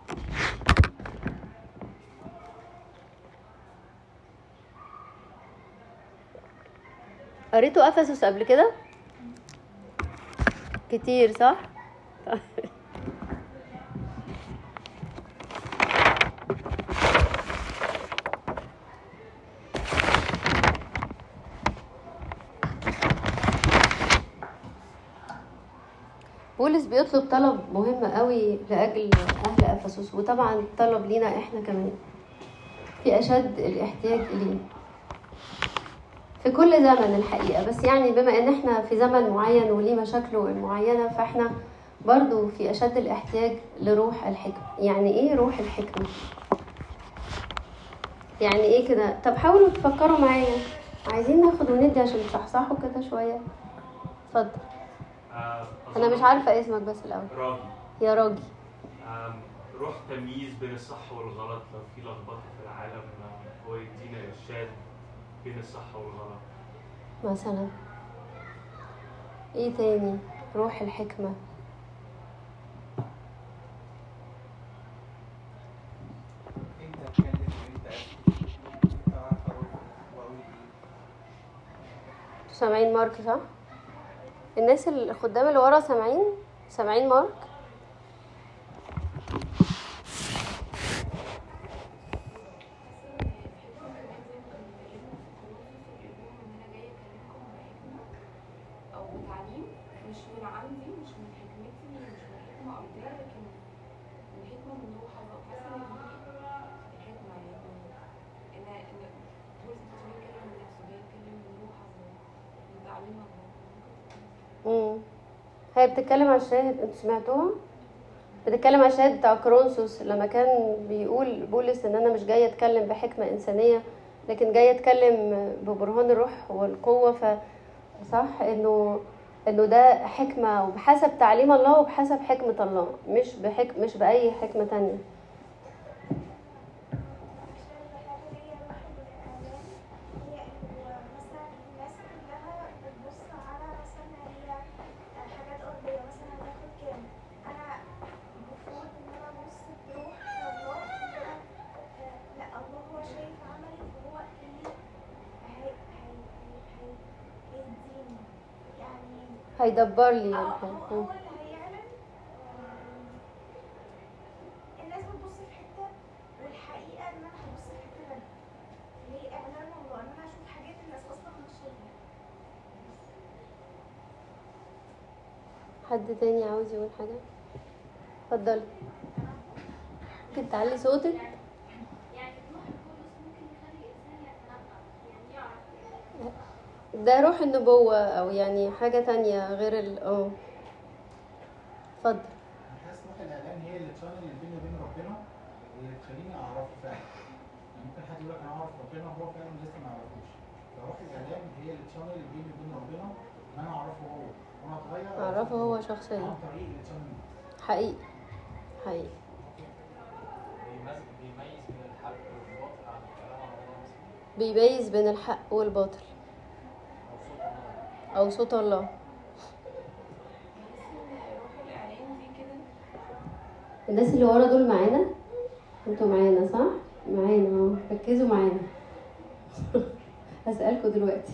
قريتوا أفسس قبل كده؟ كتير صح؟ بولس بيطلب طلب مهم قوي لأجل أهل أفسس، وطبعا طلب لينا إحنا كمان في أشد الاحتياج إليه في كل زمن الحقيقة. بس يعني بما إن إحنا في زمن معين وليه مشاكله المعينة، فإحنا برضو في أشد الاحتياج لروح الحكمة. يعني إيه روح الحكمة؟ يعني إيه كده؟ طب حاولوا تفكروا معايا، عايزين ناخد وندي عشان تصحصحوا كده شوية. اتفضل. أنا مش عارفة اسمك بس الأول. راجي. يا راجي. روح تمييز بين الصح والغلط. لو في لخبطة في العالم هو يدينا إرشاد بين الصح والغلط مثلا. ايه تاني؟ روح الحكمة. انت اتكلم وانت عارف اروح واقول ايه. سامعين مارك صح؟ الناس الخدام اللي ورا سامعين مارك؟ هي بتتكلم على الشاهد، انتوا سمعتوها؟ بتتكلم على الشاهد بتاع كورنثوس لما كان بيقول بولس ان انا مش جاي اتكلم بحكمة انسانية، لكن جاي اتكلم ببرهان الروح والقوة. فصح انه ده حكمة وبحسب تعليم الله وبحسب حكمة الله، مش بأي حكمة تانية. هيدبر لي هو اللي هيعلن. الناس بتبص في حته والحقيقه ان انا هبص في حته ثانيه. ليه اعلان الله؟ ان انا اشوف حاجات الناس اصلا مش شايفاها. حد تاني عاوز يقول حاجه؟ اتفضل. ممكن تعلي صوتك؟ ده روح النبوة أو يعني حاجة تانية غير اتفضل. حاسس روح الإعلان هي اللي تشانل اللي بيني وبين ربنا واللي تخليني أعرفه فعلا. يعني ممكن حد يقول لك أنا أعرف ربنا وهو فعلا لسه ما يعرفوش. فروح الإعلان هي اللي تشانل اللي بيني وبين ربنا إن أنا أعرفه هو، وأنا أتغير أعرفه هو شخصيا. عن طريق اللي تشانل. حقيقي. بيميز بين الحق والباطل او صوت الله. الناس اللي ورا دول معانا؟ انتوا معانا صح؟ معانا ركزوا معانا. هسألكوا دلوقتي.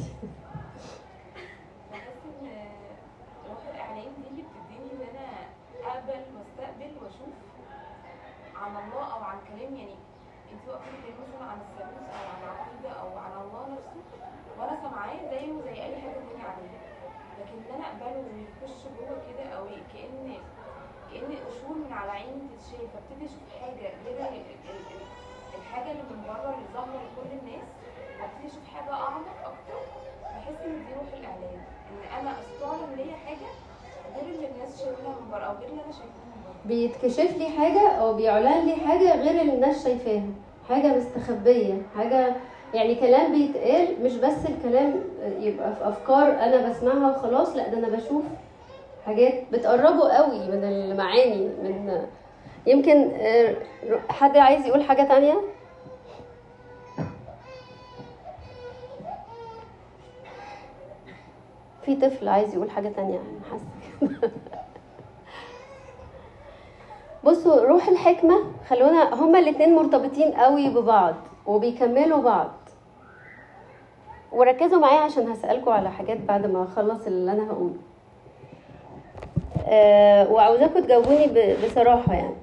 بحس ان روح الاعلان دي اللي بتديني ان انا اقبل واستقبل واشوف عن الله او عن كلام. يعني انت وقت بتتكلمي مثلا عن الثالوث او عن العقيده او عن الله نفسه وانا سامعاه زيه زي اي حاجه تانية عليه، لكن ان انا اقبله ويخش جوه كده او كأن قشور من على عيني تتشاف، فابتدي اشوف حاجه غير الحاجه اللي من بره اللي ظاهره لكل الناس، وابتدي اشوف حاجه اعمق اكتر. بحس ان دي روح الاعلان، ان انا استعلن ليا حاجه غير اللي الناس شايفاها من بره او غير اللي انا شايفاها من بره. بيتكشف لي حاجه او بيعلن لي حاجه غير اللي الناس شايفاها، حاجه مستخبيه، حاجه يعني كلام بيتقال، مش بس الكلام يبقى في افكار انا بسمعها وخلاص، لا ده انا بشوف حاجات بتقربه قوي من المعاني. من يمكن حد عايز يقول حاجه تانية؟ في طفل عايز يقول حاجه تانية انا حاسه. بصوا روح الحكمه، خلونا هما الاتنين مرتبطين قوي ببعض وبيكملوا بعض. وركزوا معايا عشان هسألكوا على حاجات بعد ما اخلص اللي انا هقوله. وعاوزاكم تجاوبوني بصراحة. يعني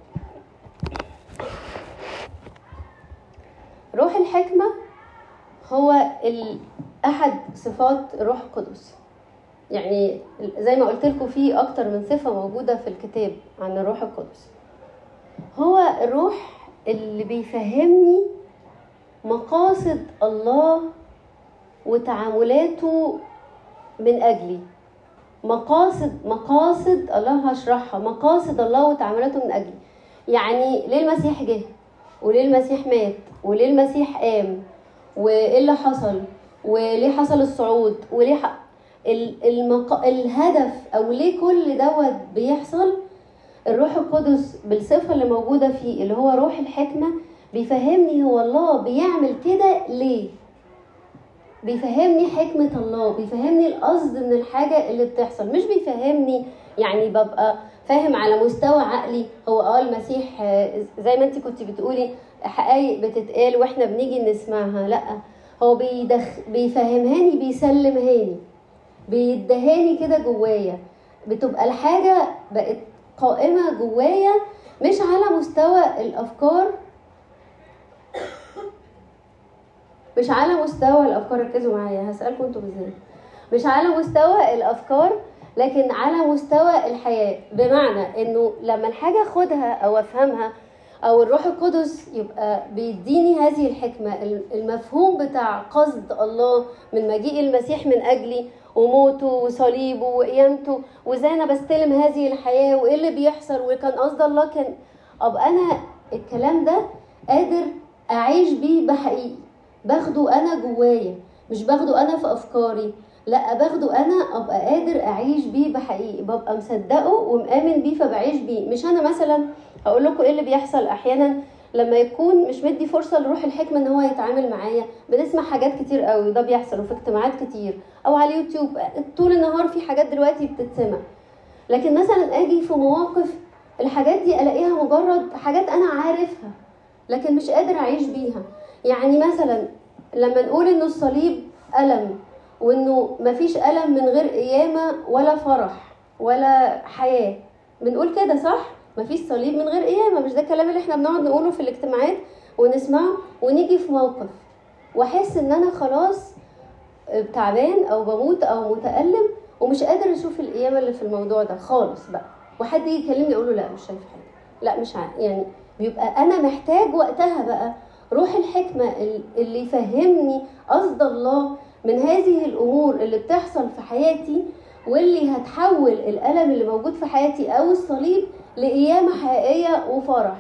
روح الحكمة هو أحد صفات روح القدس. يعني زي ما قلت لكم في اكتر من صفة موجودة في الكتاب عن الروح القدس. هو الروح اللي بيفهمني مقاصد الله وتعاملاته من اجلي. مقاصد الله هشرحها. مقاصد الله وتعاملاته من اجلي، يعني ليه المسيح جه، وليه المسيح مات، وليه المسيح قام، وايه اللي حصل، وليه حصل الصعود، وليه الهدف، او ليه كل دوت بيحصل. الروح القدس بالصفة اللي موجودة فيه اللي هو روح الحكمة بيفهمني هو الله بيعمل كده ليه، بيفهمني حكمة الله، بيفهمني القصد من الحاجة اللي بتحصل. مش بيفهمني يعني ببقى فاهم على مستوى عقلي هو المسيح زي ما انت كنت بتقولي حقائق بتتقال واحنا بنيجي نسمعها. لا، هو بيفهمهاني، بيسلمهاني، بيدهاني كده جوايا، بتبقى الحاجة بقت قائمة جوايا مش على مستوى الأفكار، مش على مستوى الأفكار. ركزوا معايا هسألكم انتوا بالذات. مش على مستوى الأفكار لكن على مستوى الحياة. بمعنى انه لما الحاجة اخدها او افهمها او الروح القدس يبقى بيديني هذه الحكمة، المفهوم بتاع قصد الله من مجيء المسيح من اجلي وموته وصليبه وقيامته، وازاي انا بستلم هذه الحياة وايه اللي بيحصل وكان قصد الله كان، ابقى انا الكلام ده قادر اعيش بيه بحقيقي، باخده انا جوايا، مش باخده انا في افكاري، لا باخده انا ابقى قادر اعيش بيه بحقيقي، ببقى مصدقه ومآمن بيه فبعيش بيه. مش انا مثلا هقول لكم ايه اللي بيحصل احيانا لما يكون مش مدي فرصه لروح الحكمه ان هو يتعامل معايا. بنسمع حاجات كتير قوي، ده بيحصل وفي اجتماعات كتير او على اليوتيوب طول النهار في حاجات دلوقتي بتتسمع. لكن مثلا اجي في مواقف الحاجات دي الاقيها مجرد حاجات انا عارفها لكن مش قادر اعيش بيها. يعني مثلا لما نقول انه الصليب ألم، وانه مفيش ألم من غير قيامة ولا فرح ولا حياة، بنقول كده صح؟ مفيش صليب من غير قيامة. مش ده الكلام اللي احنا بنقعد نقوله في الاجتماعات ونسمعه؟ ونيجي في موقف واحس ان انا خلاص تعبان او بموت او متألم ومش قادر اشوف القيامة اللي في الموضوع ده خالص بقى، وحد يجي يكلمني يقوله لا مش شايف حاجة، لا مش عارف. يعني بيبقى انا محتاج وقتها بقى روح الحكمة اللي يفهمني قصد الله من هذه الأمور اللي بتحصل في حياتي، واللي هتحول الألم اللي موجود في حياتي أو الصليب لقيامة حقيقية وفرح.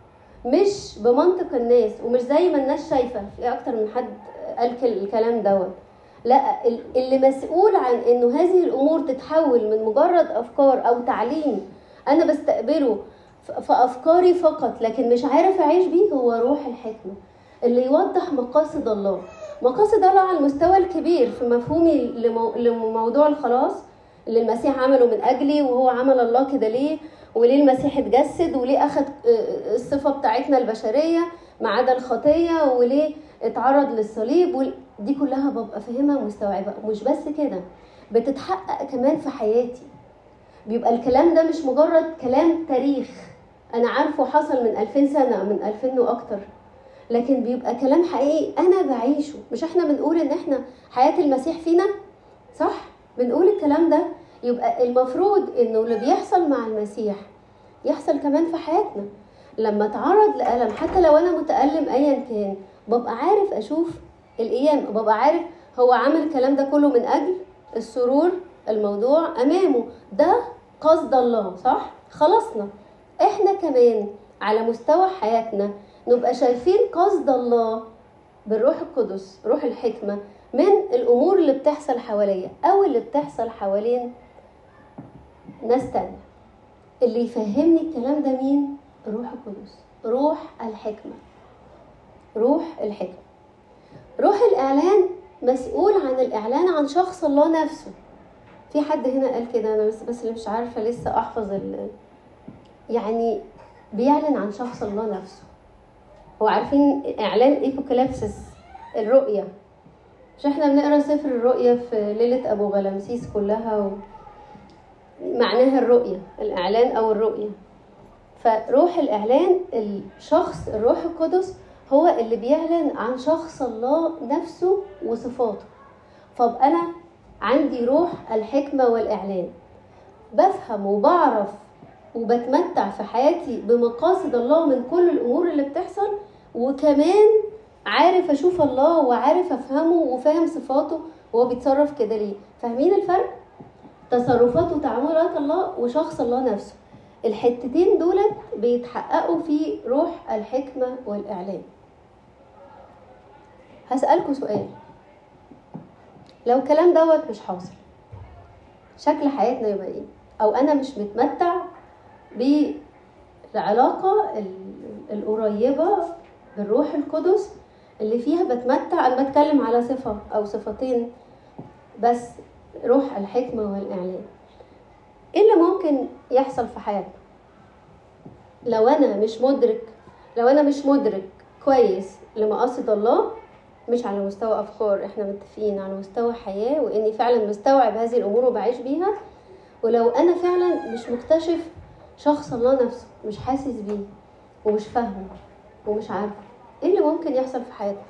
مش بمنطق الناس ومش زي ما الناس شايفة. في أكتر من حد قال الكلام دوت. لا، اللي مسؤول عن إنه هذه الأمور تتحول من مجرد أفكار أو تعليم أنا بستقبله في أفكاري فقط لكن مش عارف أعيش بيه هو روح الحكمة اللي يوضح مقاصد الله. مقاصد الله على المستوى الكبير في مفهومي لموضوع الخلاص اللي المسيح عمله من أجلي، وهو عمل الله كده ليه، وليه المسيح اتجسد، وليه أخذ الصفة بتاعتنا البشرية ما عدا الخطية، وليه اتعرض للصليب، دي كلها ببقى فاهمها ومستوعبة. ومش بس كده، بتتحقق كمان في حياتي. بيبقى الكلام ده مش مجرد كلام تاريخ أنا عارفه حصل من 2000 سنة من 2000 وأكتر، لكن بيبقى كلام حقيقي أنا بعيشه. مش احنا بنقول إن احنا حياة المسيح فينا صح؟ بنقول الكلام ده، يبقى المفروض إنه اللي بيحصل مع المسيح يحصل كمان في حياتنا. لما اتعرض لألم حتى لو أنا متألم أيا كان، ببقى عارف أشوف القيامة، ببقى عارف هو عمل الكلام ده كله من أجل السرور الموضوع أمامه. ده قصد الله صح؟ خلصنا. احنا كمان على مستوى حياتنا نبقى شايفين قصد الله بالروح القدس روح الحكمة من الأمور اللي بتحصل حواليا أو اللي بتحصل حوالين ناس تانية. اللي يفهمني الكلام ده مين؟ الروح القدس، روح الحكمة. روح الحكمة، روح الإعلان مسؤول عن الإعلان عن شخص الله نفسه. في حد هنا قال كده، أنا بس اللي مش عارفة لسه أحفظ يعني بيعلن عن شخص الله نفسه. هو عارفين إعلان إيبوكاليبسس الرؤية؟ مش احنا بنقرأ سفر الرؤية في ليلة أبو غلامسيس كلها معناها الرؤية، الإعلان أو الرؤية. فروح الإعلان الشخص الروح القدس هو اللي بيعلن عن شخص الله نفسه وصفاته. فأنا عندي روح الحكمة والإعلان، بفهم وبعرف وبتمتع في حياتي بمقاصد الله من كل الأمور اللي بتحصل، وكمان عارف أشوف الله وعارف أفهمه وفاهم صفاته وهو بيتصرف كده ليه. فاهمين الفرق؟ تصرفات وتعاملات الله وشخص الله نفسه، الحتتين دولت بيتحققوا في روح الحكمة والإعلان. هسألكوا سؤال، لو الكلام دوت مش حاصل شكل حياتنا يبقى ايه؟ او انا مش متمتع بالعلاقة القريبة بالروح القدس اللي فيها بتمتع. انا بتكلم على صفة او صفتين بس، روح الحكمة والإعلان. ايه اللي ممكن يحصل في حياتنا لو انا مش مدرك كويس لمقاصد الله، مش على مستوى افكار، احنا متفقين على مستوى حياة، واني فعلا مستوعب هذه الامور وبعيش بيها. ولو انا فعلا مش مكتشف شخص الله نفسه، مش حاسس بيه ومش فاهمه ومش عارفه، ايه اللي ممكن يحصل في حياتنا؟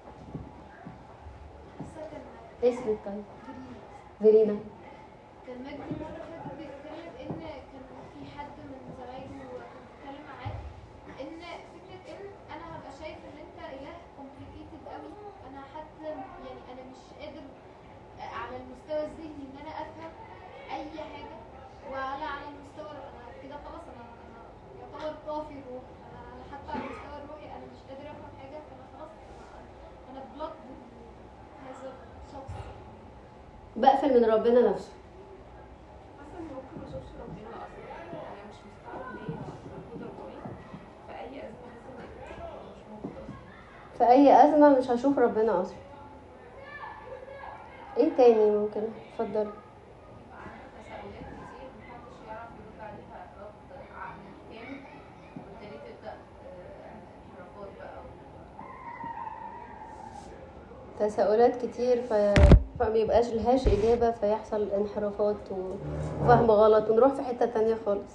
اسمك طيب؟ فيرينا. كان مجدي مرة فاتت بيتكلم إن كان في حد من زمايله بيتكلم معاه إن فكرة إن أنا هبقى شايف إن أنت إله complicated قوي، أنا حتى يعني أنا مش قادر على المستوى الذهني إن أنا أفهم أي حاجة، ولا على المستوى أنا كده خلاص أنا يعتبر طافي الروح، أنا حتى على المستوى الروحي أنا مش قادر أفهم حاجة، فأنا خلاص أنا بلوك هذا الشخص، بقفل من ربنا نفسه. مثلا ممكن ما اشوفش ربنا اصلا، انا مش مستوعب ليه موجوده جوايا، في اي ازمه حاسه ان مش موجود اصلا، في اي ازمه مش هشوف ربنا اصلا. ايه تاني ممكن؟ اتفضل. يبقى عندك تساؤلات كتير محدش يعرف يرد عليها رد عقلي كامل، وبالتالي تبدا انحرافات بقى تساؤلات كتير فميبقاش لهاش إجابة، فيحصل انحرافات وفهم غلط ونروح في حتة تانية خالص.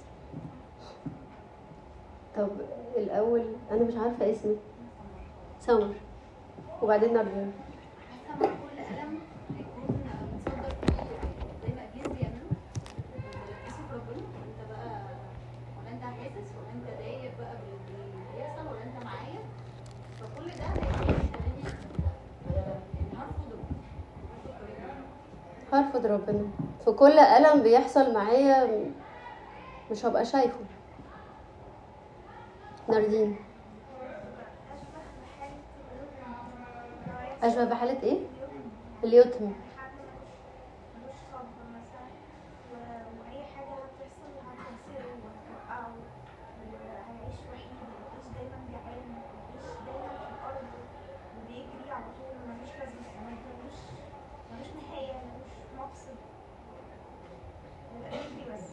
طب الأول أنا مش عارفة اسمي. سمر. وبعدين نرجع. حاسه مع كل قلم هيكون متصدر فيه زي ما ابليس بيعمله، بيلبسه في ربنا، انت بقى ولا انت حاسس ولا انت دايب بقى باللي بيحصل ولا انت معايا، فكل ده هيخليني هرفض ربنا في كل ألم بيحصل معايا، مش هبقى شايفه. ناردين. أشبه بحالة إيه؟ اليتم. ملوش صبر مثلا، واي حاجه هتحصل هتنسره وهتوقعه، وهيعيش وحيد، وهيعيش دايما جعان، وهيعيش دايما في الارض وبيجري على طول، ملوش لازمه، ملوش نهايه، ملوش مقصد، يبقى بيجري بس.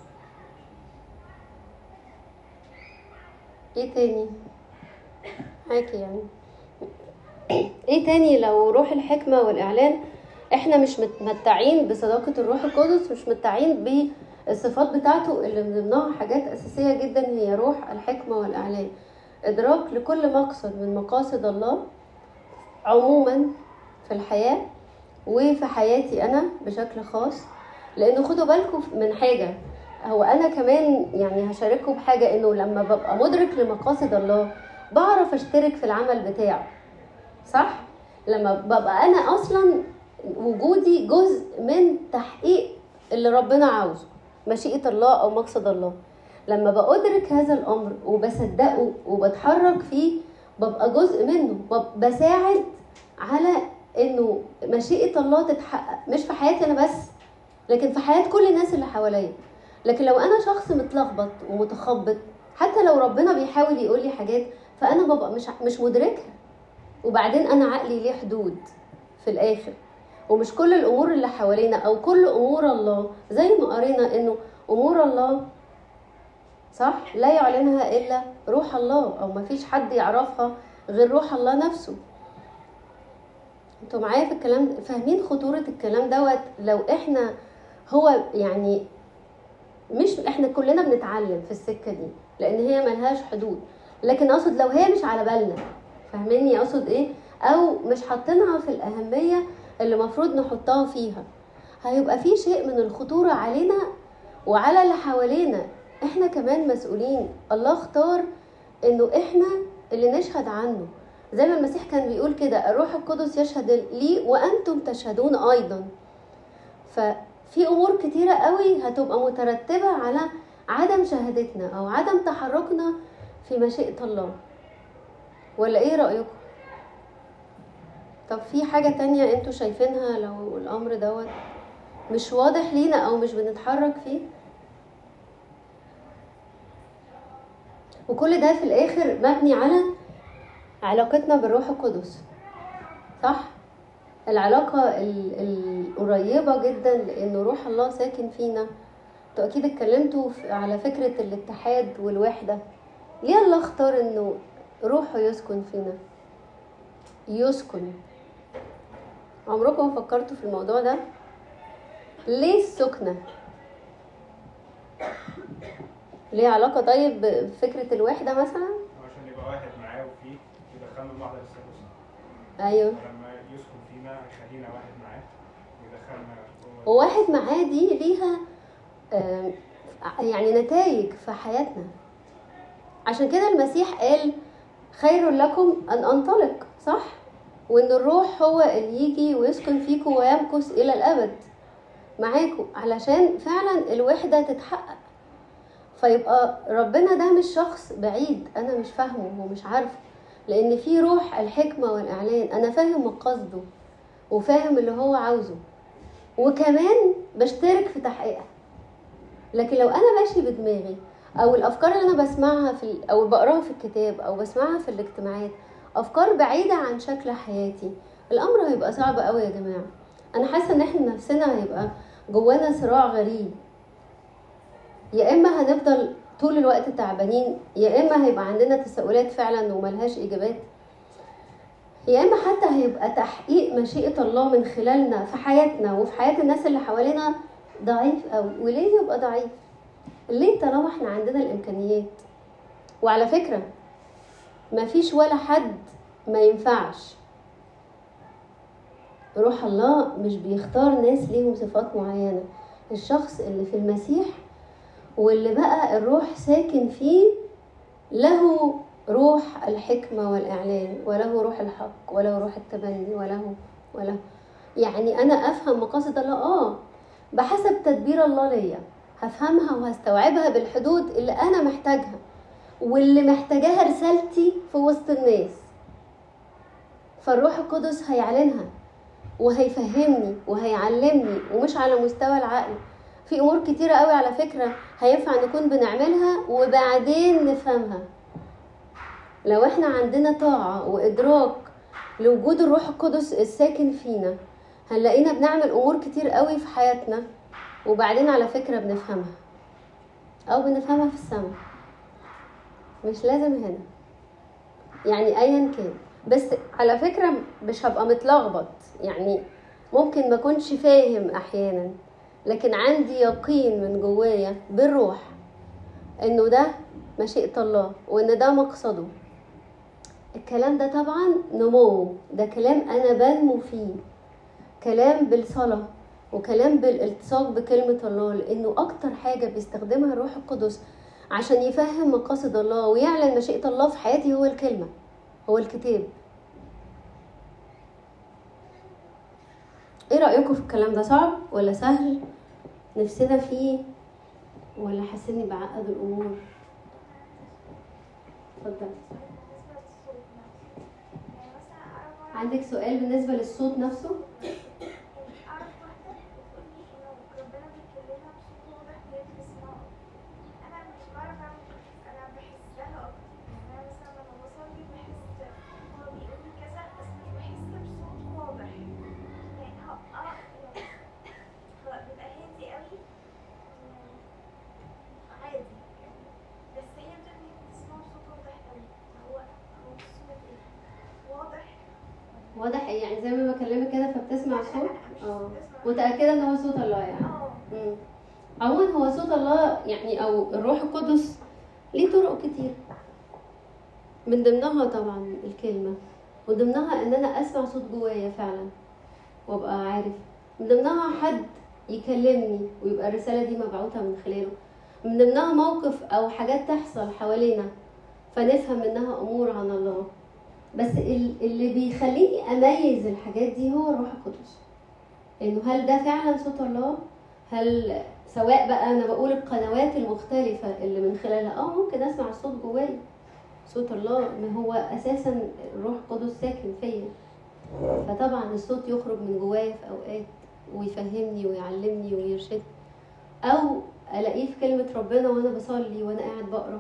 ايه تاني معاكي يعني؟ ايه تاني لو روح الحكمة والإعلان احنا مش متمتعين بصداقة الروح القدس، مش متمتعين بالصفات بتاعته اللي من ضمنها حاجات أساسية جدا هي روح الحكمة والإعلان، إدراك لكل مقصد من مقاصد الله عموما في الحياة وفي حياتي أنا بشكل خاص. لأنه خدوا بالكم من حاجة، هو أنا كمان يعني هشارككم بحاجة، إنه لما ببقى مدرك لمقاصد الله بعرف أشترك في العمل بتاعه، صح؟ لما ببقى أنا أصلا وجودي جزء من تحقيق اللي ربنا عاوزه، مشيئة الله أو مقصد الله، لما بأدرك هذا الأمر وبصدقه وبتحرك فيه ببقى جزء منه، بساعد على إنه مشيئة الله تتحقق، مش في حياتي أنا بس لكن في حياة كل الناس اللي حواليا. لكن لو أنا شخص متلخبط ومتخبط، حتى لو ربنا بيحاول يقول لي حاجات فأنا ببقى مش مدركها، وبعدين أنا عقلي ليه حدود في الآخر، ومش كل الأمور اللي حوالينا أو كل أمور الله زي ما قرينا إنه أمور الله صح لا يعلنها إلا روح الله، أو ما فيش حد يعرفها غير روح الله نفسه. انتوا معايا في الكلام؟ فاهمين خطورة الكلام دوت؟ لو احنا هو يعني مش احنا كلنا بنتعلم في السكة دي لان هي ملهاش حدود، لكن اقصد لو هي مش على بالنا، فاهميني اقصد ايه؟ او مش حاطينها في الاهمية اللي مفروض نحطها فيها، هيبقى في شيء من الخطورة علينا وعلى اللي حوالينا. احنا كمان مسؤولين. الله اختار انه احنا اللي نشهد عنه، زي ما المسيح كان بيقول كده الروح القدس يشهد لي وانتم تشهدون ايضا. ففي امور كتيرة قوي هتبقى مترتبة على عدم شهادتنا او عدم تحركنا في مشيئة الله. ولا ايه رأيكم؟ طب في حاجة تانية انتوا شايفينها لو الامر دوت مش واضح لينا او مش بنتحرك فيه؟ وكل ده في الاخر مبني على علاقتنا بالروح القدس، صح؟ العلاقة القريبة جدا لانه روح الله ساكن فينا. انتوا اكيد اتكلمتوا على فكرة الاتحاد والوحدة. ليه الله اختار انه روحه يسكن فينا؟ يسكن. عمركم فكرتوا في الموضوع ده؟ ليه السكنة؟ ليه علاقة طيب بفكرة الوحدة مثلا؟ عشان يبقى واحد معاه وفيه يدخلنا الواحدة للثالوث. ايوه. لما يسكن فينا يخلينا واحد معاه ويدخلنا وواحد معاه دي ليها يعني نتائج في حياتنا. عشان كده المسيح قال خير لكم ان انطلق، صح؟ وان الروح هو اللي يجي ويسكن فيكم ويمكث الى الابد معاكم علشان فعلا الوحدة تتحقق. فيبقى ربنا ده مش شخص بعيد انا مش فاهمه ومش عارفه، لان في روح الحكمة والاعلان انا فاهم مقصده وفاهم اللي هو عاوزه وكمان بشترك في تحقيقها. لكن لو انا ماشي بدماغي او الافكار اللي انا بسمعها او بقراها في الكتاب او بسمعها في الاجتماعات افكار بعيدة عن شكل حياتي، الامر هيبقى صعب قوي يا جماعة. انا حاسة ان احنا نفسنا هيبقى جوانا صراع غريب. يا اما هنفضل طول الوقت تعبانين، يا اما هيبقى عندنا تساؤلات فعلا وملهاش اجابات، يا اما حتى هيبقى تحقيق مشيئة الله من خلالنا في حياتنا وفي حياة الناس اللي حوالينا ضعيف قوي. وليه يبقى ضعيف؟ ليه طالما احنا عندنا الامكانيات؟ وعلى فكرة مفيش ولا حد ما ينفعش. روح الله مش بيختار ناس ليهم صفات معينة. الشخص اللي في المسيح واللي بقى الروح ساكن فيه له روح الحكمة والإعلان وله روح الحق وله روح التبني وله يعني أنا أفهم مقاصد الله بحسب تدبير الله ليا، هفهمها وهستوعبها بالحدود اللي أنا محتاجها واللي محتاجاها رسالتي في وسط الناس. فالروح القدس هيعلنها وهيفهمني وهيعلمني، ومش على مستوى العقل. في أمور كتيرة قوي على فكرة هينفع نكون بنعملها وبعدين نفهمها. لو احنا عندنا طاعة وإدراك لوجود الروح القدس الساكن فينا هنلاقينا بنعمل أمور كتير قوي في حياتنا وبعدين على فكرة بنفهمها أو بنفهمها في السماء. مش لازم هنا يعني أيا كان، بس على فكرة مش هبقى متلخبط. يعني ممكن ما كنش فاهم أحيانا، لكن عندي يقين من جوايا بالروح إنه ده مشيئة الله وإن ده مقصده. الكلام ده طبعا نمو، ده كلام أنا بنمو فيه، كلام بالصلاة وكلام بالالتصاق بكلمة الله، لأنه أكتر حاجة بيستخدمها الروح القدس عشان يفهم مقاصد الله ويعلن مشيئة الله في حياتي هو الكلمة، هو الكتاب. ايه رأيكم في الكلام ده؟ صعب ولا سهل؟ نفسنا فيه ولا حاسين بعقد الأمور؟ اتفضل. عندك سؤال بالنسبة للصوت نفسه؟ أعرف واحدة بتقولي إنه ربنا بيكلمها بصوت واضح وهي بتسمعه. أنا مش بعرف أعمل كده، أنا بحسها أكتر. يعني أنا مثلا لما بصلي بحس هو بيقول لي كذا بس مش بحس بصوت واضح. يعني هو بيبقى هادي قوي عادي يعني، بس هي بتقول لي بتسمعه بصوت واضح قوي. هو الصوت إيه؟ واضح يعني زي ما بكلمك كده فبتسمع صوت؟ متأكدة ان هو صوت الله يعني؟ عموما هو صوت الله يعني او الروح القدس ليه طرق كتير، من ضمنها طبعا الكلمة، وضمنها ان انا اسمع صوت جوايا فعلا وابقى عارف، من ضمنها حد يكلمني ويبقى الرسالة دي مبعوثة من خلاله. من ضمنها موقف أو حاجات تحصل حوالينا فنفهم منها أمور عن الله. بس اللي بيخليني أميز الحاجات دي هو الروح القدس، إنه هل ده فعلا صوت الله؟ هل سواء بقى أنا بقول القنوات المختلفة اللي من خلالها ممكن أسمع الصوت جوايا، صوت الله، ما هو أساسا الروح القدس ساكن فيا، فطبعا الصوت يخرج من جوايا في أوقات ويفهمني ويعلمني ويرشدني، أو ألاقيه في كلمة ربنا وأنا بصلي وأنا قاعد بقرأ.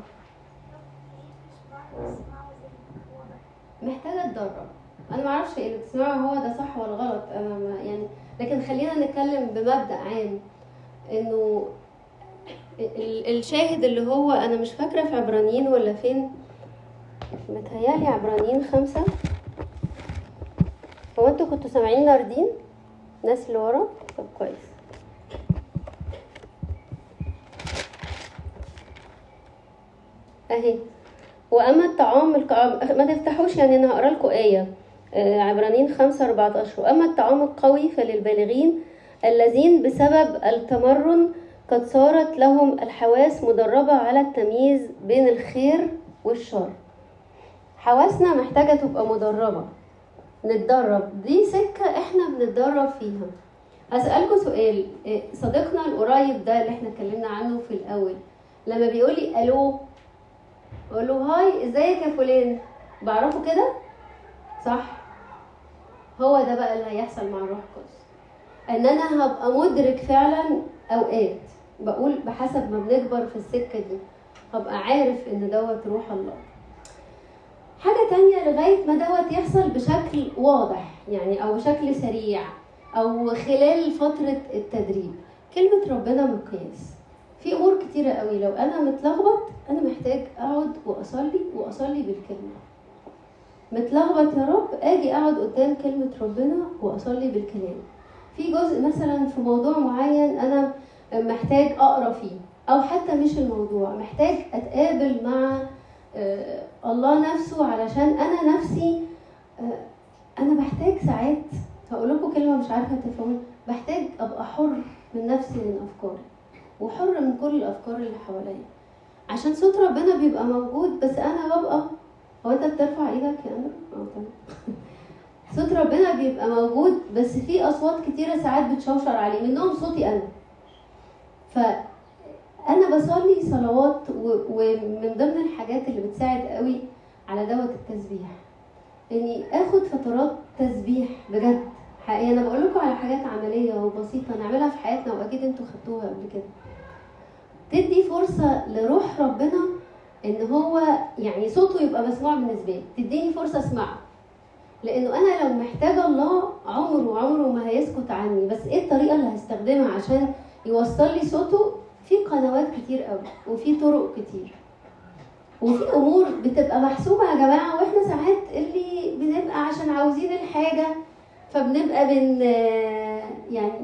محتاجة أتدرب. أنا معرفش اللي بتسمعه هو ده صح ولا غلط، أنا يعني، لكن خلينا نتكلم بمبدأ عام إنه الشاهد اللي هو أنا مش فاكرة في عبرانيين ولا فين، متهيألي عبرانيين 5. هو انتوا كنتوا سامعين ناردين ناس اللي ورا؟ طب كويس. اهي، واما الطعام ما تفتحوش يعني، انا هقرا لكم ايه عبرانيين 5:14. واما الطعام القوي فللبالغين الذين بسبب التمرن قد صارت لهم الحواس مدربة على التمييز بين الخير والشر. حواسنا محتاجة تبقى مدربة، نتدرب، دي سكة احنا بنتدرب فيها. هسألكوا سؤال، صديقنا القريب ده اللي احنا اتكلمنا عنه في الأول لما بيقولي ألو اقول له هاي ازيك يا فلان، بعرفه كده صح؟ هو ده بقى اللي هيحصل مع الروح القدس، ان انا هبقى مدرك فعلا. اوقات بقول بحسب ما بنكبر في السكة دي هبقى عارف ان دوت روح الله. حاجة تانية لغاية ما دوت يحصل بشكل واضح يعني، او بشكل سريع، او خلال فترة التدريب. كلمة ربنا مقياس في امور كتيرة قوي. لو انا متلخبط انا محتاج اقعد واصلي بالكلمة. متلخبط يا رب، اجي اقعد قدام كلمة ربنا واصلي بالكلام. في جزء مثلا في موضوع معين انا محتاج اقرا فيه، او حتى مش الموضوع، محتاج اتقابل مع الله نفسه، علشان انا نفسي انا بحتاج ساعات، هقول لكم كلمه مش عارفه تفهموا، بحتاج ابقى حر من نفسي، من افكاري، وحر من كل الافكار اللي حواليا، عشان صوت ربنا بيبقى موجود. بس انا ببقى، هو انت بترفع ايدك يا انا؟ تمام. صوت ربنا بيبقى موجود، بس في اصوات كتيره ساعات بتشوشر عليه، منهم صوتي انا. فانا بصلي صلوات، ومن ضمن الحاجات اللي بتساعد قوي على دوت التسبيح، اني اخد فترات تسبيح بجد حقيقي. انا بقول لكم على حاجات عمليه وبسيطه نعملها في حياتنا، واكيد انتوا خدتوها قبل كده. تدي فرصه لروح ربنا ان هو يعني صوته يبقى مسموع بالنسبه لي، تديني فرصه اسمعه، لانه انا لو محتاجه الله عمره ما هيسكت عني. بس ايه الطريقه اللي هستخدمها عشان يوصل لي صوته؟ في قنوات كتير قوي، وفي طرق كتير، وفي امور بتبقى محسوبه يا جماعه، واحنا ساعات اللي بنبقى عشان عاوزين الحاجه فبنبقى يعني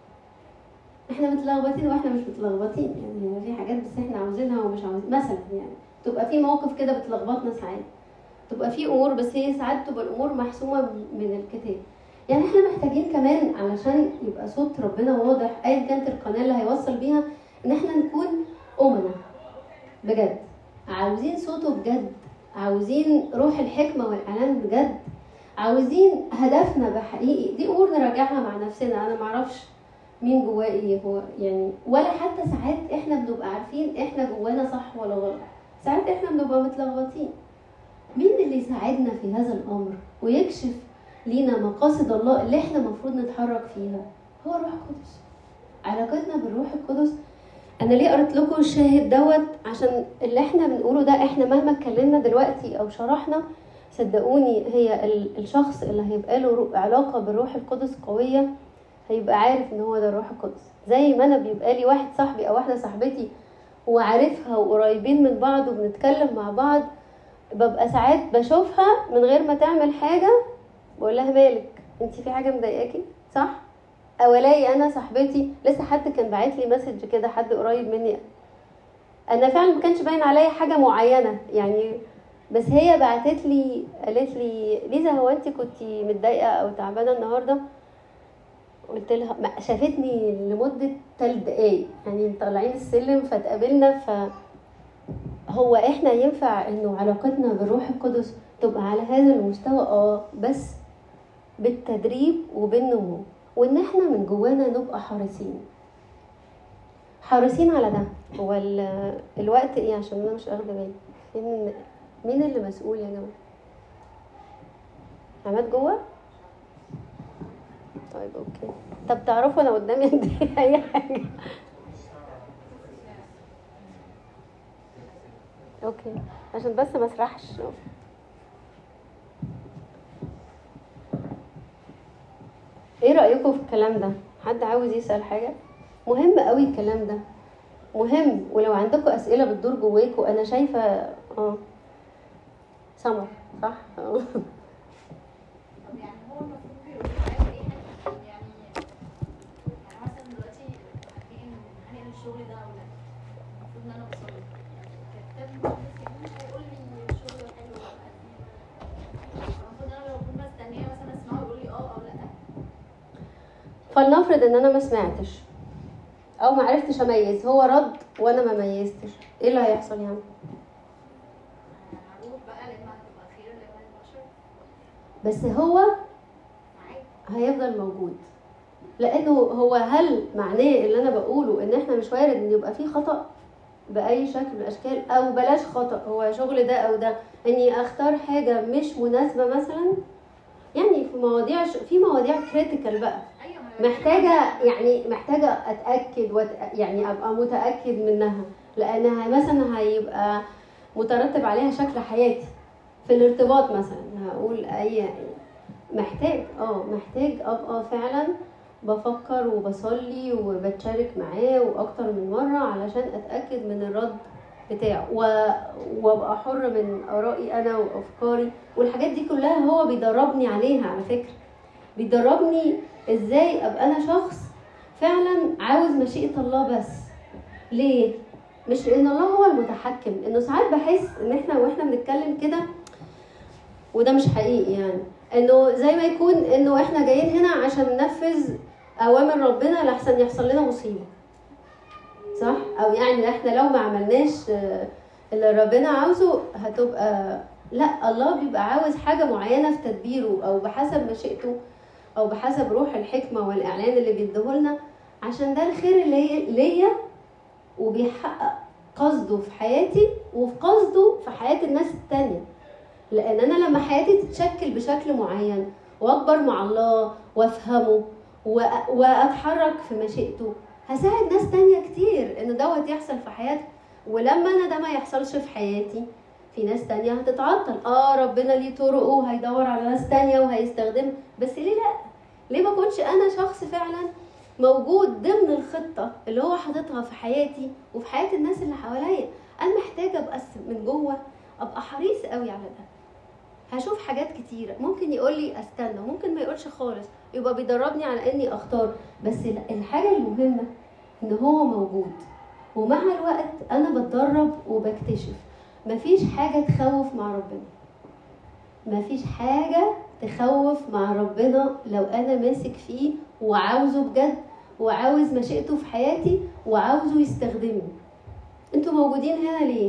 احنا متلخبطين واحنا مش متلخبطين، يعني في حاجات بس احنا عاوزينها ومش عاوزين. مثلا يعني تبقى في موقف كده بتلخبطنا ساعات، تبقى في امور بس هي ساعات تبقى الامور محسومه من الكتاب. يعني احنا محتاجين كمان علشان يبقى صوت ربنا واضح ايا كانت القناه اللي هيوصل بيها، ان احنا نكون امنا بجد، عاوزين صوته بجد، عاوزين روح الحكمه والاعلان بجد، عاوزين هدفنا بحقيقي. دي امور نراجعها مع نفسنا. انا معرفش مين جواه ايه هو يعني، ولا حتى ساعات احنا بنبقى عارفين احنا جوانا صح ولا غلط، ساعات احنا بنبقى متلخبطين. مين اللي يساعدنا في هذا الامر ويكشف لينا مقاصد الله اللي احنا المفروض نتحرك فيها؟ هو الروح القدس. علاقتنا بالروح القدس. انا ليه قرأت لكم الشاهد دوت؟ عشان اللي احنا بنقوله ده احنا مهما اتكلمنا دلوقتي او شرحنا، صدقوني هي الشخص اللي هيبقى له علاقة بالروح القدس قوية هيبقى عارف ان هو ده الروح القدس. زي ما انا بيبقى لي واحد صاحبي او واحدة صاحبتي وعارفها وقريبين من بعض وبنتكلم مع بعض، ببقى ساعات بشوفها من غير ما تعمل حاجة بقول لها مالك، انت في حاجة مضايقاكي صح؟ او الاقي انا صاحبتي، لسه حد كان باعت لي مسج كده، حد قريب مني، انا فعلا ما كانش باين عليا حاجة معينة يعني، بس هي بعتت لي قالت لي ليزا هو انت كنتي متضايقة او تعبانة النهاردة؟ قلت لها شافتني لمدة 3 دقايق، يعني طالعين السلم فتقابلنا. فهو احنا ينفع انه علاقتنا بالروح القدس تبقى على هذا المستوى؟ بس بالتدريب وبالنمو، وان احنا من جوانا نبقى حريصين على ده. هو الوقت ايه؟ عشان انا مش اخده بالي. مين اللي مسؤول يا جماعه؟ عماد جوه؟ طيب اوكي. طب تعرفوا انا قدامي قد ايه اي حاجه؟ اوكي عشان بس ما اسرحش. ايه رايكم في الكلام ده؟ حد عاوز يسال حاجه؟ مهم قوي الكلام ده، مهم. ولو عندكم اسئله بتدور جواكم انا شايفه سمر صح. طب يعني هو المفروض بيقول معايا ايه حاجه؟ يعني مثلا دلوقتي هنقل الشغل ده او لا، المفروض ان انا بصلي كتاب مهندس هيقول لي الشغل ده حلو ولا لا، المفروض انا لو كنت مستنيه مثلا اسمعه يقول لي او لا. فلنفرض ان انا ما سمعتش او ما عرفتش اميز، هو رد وانا ما ميزتش، ايه اللي هيحصل يعني؟ هروح بقى لما هتبقى خير لما هتبقى شر، بس هو هيفضل موجود. لانه هو هل معناه اللي انا بقوله ان احنا مش وارد ان يبقى فيه خطأ باي شكل من الاشكال؟ او بلاش خطأ، هو شغل ده او ده، اني اختار حاجة مش مناسبة مثلا، يعني في مواضيع كريتيكال بقى محتاجة اتأكد يعني ابقى متأكد منها، لانها مثلا هيبقى مترتب عليها شكل حياتي في الارتباط مثلا. هقول اي محتاج ابقى فعلا بفكر وبصلي وبتشارك معاه واكتر من مرة علشان اتأكد من الرد بتاعه، وابقى حر من ارائي انا وافكاري. والحاجات دي كلها هو بيدربني عليها، على فكرة بيدربني ازاي ابقى انا شخص فعلا عاوز مشيئة الله. بس ليه؟ مش لان الله هو المتحكم، انه ساعات بحس ان احنا واحنا بنتكلم كده، وده مش حقيقي، يعني انه زي ما يكون انه احنا جايين هنا عشان ننفذ اوامر ربنا لحسن يحصل لنا مصيبة، صح؟ او يعني احنا لو ما عملناش اللي ربنا عاوزه هتبقى لا، الله بيبقى عاوز حاجة معينة في تدبيره او بحسب مشيئته او بحسب روح الحكمة والاعلان اللي بيديهولنا، عشان ده الخير اللي ليا، وبيحقق قصده في حياتي وفي قصده في حياة الناس التانية. لان انا لما حياتي تتشكل بشكل معين واكبر مع الله وافهمه واتحرك في مشيئته، هساعد ناس تانية كتير ان دوت يحصل في حياتي. ولما انا ده ما يحصلش في حياتي، في ناس تانية هتتعطل. ربنا ليه طرقه وهيدور على ناس تانية وهيستخدم، بس ليه لا؟ ليه ما كنتش انا شخص فعلا موجود ضمن الخطة اللي هو حاططها في حياتي وفي حياة الناس اللي حواليا؟ انا محتاجة ابقى من جوه ابقى حريص قوي على ده. هشوف حاجات كتيرة، ممكن يقول لي استنى، ممكن ما يقولش خالص، يبقى بيدربني على اني اختار. بس الحاجة المهمة ان هو موجود، ومع الوقت انا بتدرب وبكتشف. مفيش حاجة تخوف مع ربنا، مفيش حاجة تخوف مع ربنا لو انا ماسك فيه وعاوزه بجد، وعاوز مشيئته في حياتي وعاوزه يستخدمني. انتوا موجودين هنا ليه؟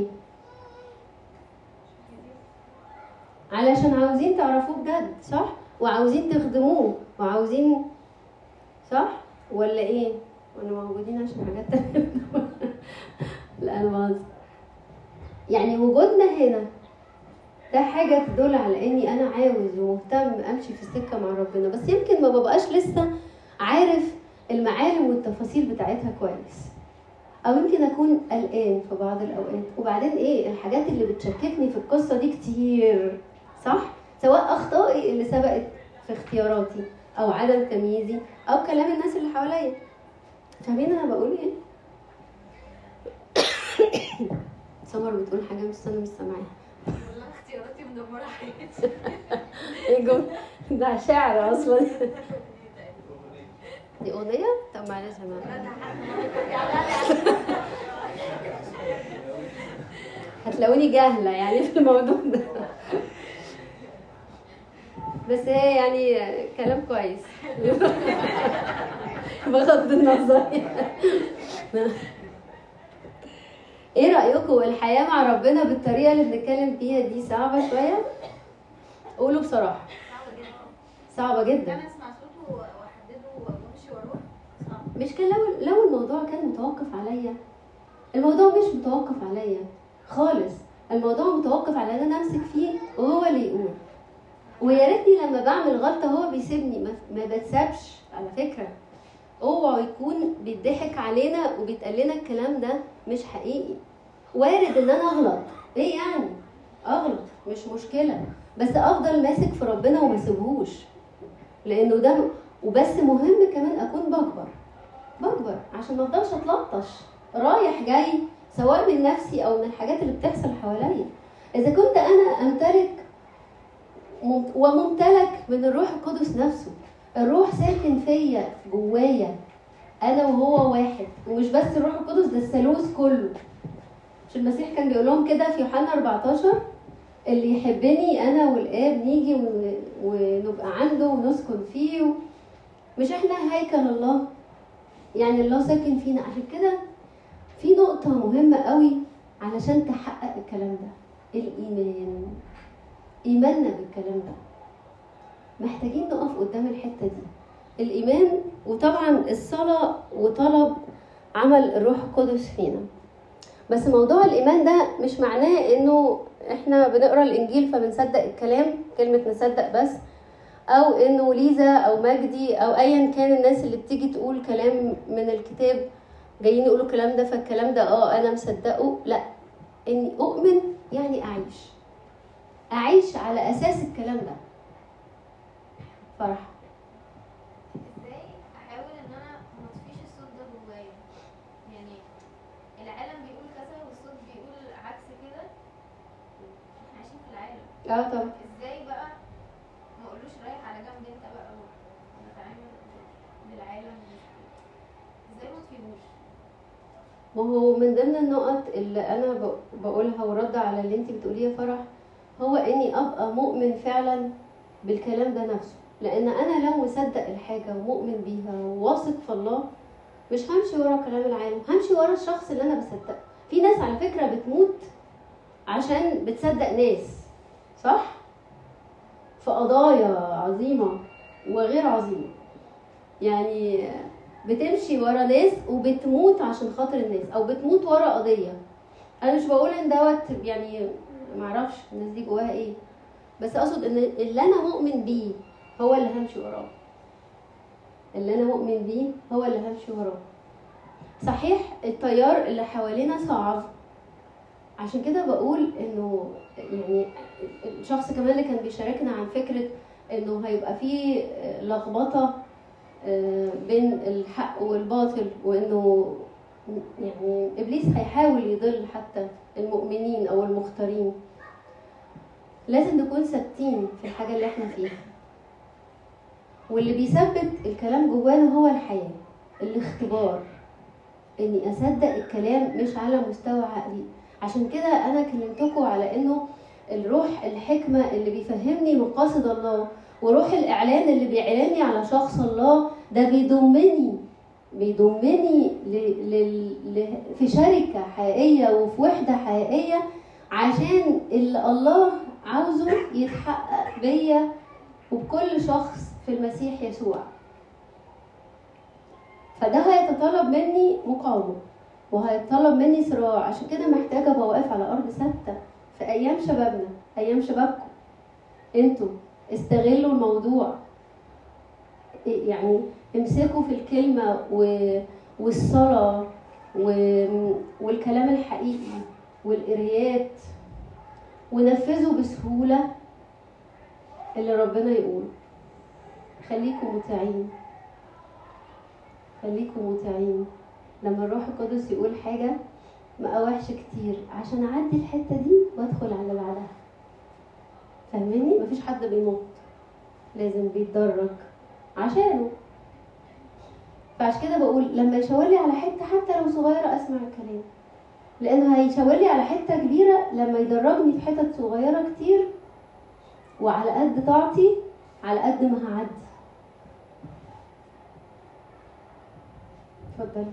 علشان عاوزين تعرفوه بجد، صح؟ وعاوزين تخدموه وعاوزين، صح ولا ايه؟ وانا موجودين عشان حاجات تانية؟ لا انا بهزر. يعني وجودنا هنا ده حاجة تدل على اني انا عاوز ومهتم امشي في السكة مع ربنا، بس يمكن ما ببقاش لسه عارف المعالم والتفاصيل بتاعتها كويس، او يمكن اكون قلقان في بعض الاوقات. وبعدين ايه الحاجات اللي بتشككني في القصة دي كتير، صح؟ سواء اخطائي اللي سبقت في اختياراتي او عدم تمييزي او كلام الناس اللي حواليا. فاهمين انا بقول ايه؟ سمر بتقول حاجة بس انا مش سامعاها. والله اختياراتي مدمرة حياتي. ايه جملة؟ ده شعر اصلا. دي اغنية؟ طب معلش انا هتلاقوني جاهلة يعني في الموضوع ده. بس هي يعني كلام كويس. بغض النظر. ايه رأيكم الحياة مع ربنا بالطريقة اللي بنتكلم فيها دي صعبة شوية؟ قولوا بصراحة. صعبة جدا. انا اسمع صوته واحدده وامشي وراه صعب. مش كان لو الموضوع كان متوقف عليا. الموضوع مش متوقف عليا خالص، الموضوع متوقف على ان انا امسك فيه وهو اللي يقول. ويا ريتني لما بعمل غلطة هو بيسيبني، ما بتسابش على فكرة. اوعوا يكون بيضحك علينا وبيتقال لنا الكلام ده مش حقيقي. وارد ان انا اغلط، ايه يعني؟ اغلط مش مشكلة، بس افضل ماسك في ربنا وما اسيبهوش، لانه ده وبس. مهم كمان اكون بكبر عشان ما افضلش اتلطش رايح جاي، سواء من نفسي او من الحاجات اللي بتحصل حواليا. اذا كنت انا امتلك وممتلك من الروح القدس نفسه، الروح ساكن فيا جوايا، انا وهو واحد. ومش بس الروح القدس، ده الثالوث كله. مش المسيح كان بيقول لهم كده في يوحنا 14 اللي يحبني انا والاب نيجي ونبقى عنده ونسكن فيه مش احنا هيكل الله؟ يعني الله ساكن فينا. عشان كده في نقطة مهمة قوي علشان تحقق الكلام ده، الإيمان. إيماننا بالكلام ده محتاجين نقف قدام الحتة دي، الإيمان. وطبعا الصلاة وطلب عمل الروح القدس فينا. بس موضوع الإيمان ده مش معناه إنه إحنا بنقرأ الإنجيل فبنصدق الكلام، كلمة نصدق بس، أو إنه ليزا أو مجدي أو أيا كان الناس اللي بتيجي تقول كلام من الكتاب جايين يقولوا الكلام ده فالكلام ده أنا مصدقه. لا، إني أؤمن يعني أعيش على أساس الكلام ده. فرح. ازاي احاول ان انا ما اطفيش الصوت ده جوايا؟ يعني العالم بيقول كذا والصوت بيقول عكس كده، احنا عايشين في العالم. طبعا. ازاي بقى ما اقولوش رايح على جنب انت بقى ونتعامل بالعالم؟ ازاي ما اطفيهوش؟ ما هو من ضمن النقط اللي انا بقولها ورد على اللي انت بتقوليه يا فرح، هو اني ابقى مؤمن فعلا بالكلام ده نفسه. لان انا لو مصدق الحاجه ومؤمن بيها وواثق في الله، مش همشي ورا كلام العالم، همشي ورا الشخص اللي انا بصدقه. في ناس على فكره بتموت عشان بتصدق ناس، صح؟ في قضايا عظيمه وغير عظيمه، يعني بتمشي ورا ناس وبتموت عشان خاطر الناس، او بتموت ورا قضيه. انا مش بقول ان دوت يعني معرفش الناس دي جواها ايه، بس اقصد ان اللي انا مؤمن بيه هو اللي همشي وراه. اللي انا مؤمن بيه هو اللي همشي وراه. صحيح التيار اللي حوالينا صعب، عشان كده بقول انه يعني الشخص كمان اللي كان بيشاركنا عن فكرة انه هيبقى فيه لخبطة بين الحق والباطل، وانه يعني ابليس هيحاول يضل حتى المؤمنين او المختارين. لازم نكون ثابتين في الحاجة اللي احنا فيها، واللي بيثبت الكلام جوانا هو الحياة، الاختبار، اني اصدق الكلام مش على مستوى عقلي. عشان كده انا كلمتكم على انه الروح الحكمة اللي بيفهمني مقاصد الله، وروح الاعلان اللي بيعلني على شخص الله، ده بيضمني في شركة حقيقية وفي وحدة حقيقية، عشان اللي الله عاوزه يتحقق بيا وبكل شخص في المسيح يسوع. فده هيتطلب مني مقاومة وهيتطلب مني صراع. عشان كده محتاجة ابقى واقف على أرض ثابتة في أيام شبابنا، أيام شبابكم. انتوا استغلوا الموضوع، يعني امسكوا في الكلمة والصلاة والكلام الحقيقي والقرايات، ونفذوا بسهولة اللي ربنا يقول. خليكم مطيعين. لما الروح القدس يقول حاجة ما أوحش كتير عشان أعدي الحتة دي وأدخل على اللي بعدها. فاهميني؟ مفيش حد بيموت، لازم بيتدرج عشانه. فعشان كده بقول لما يشاورلي على حتة حتى لو صغيرة أسمع الكلام، لأنه هيشاورلي على حتة كبيرة لما يدرجني في حتت صغيرة كتير، وعلى قد طاعتي على قد ما هعدي. اتفضلي.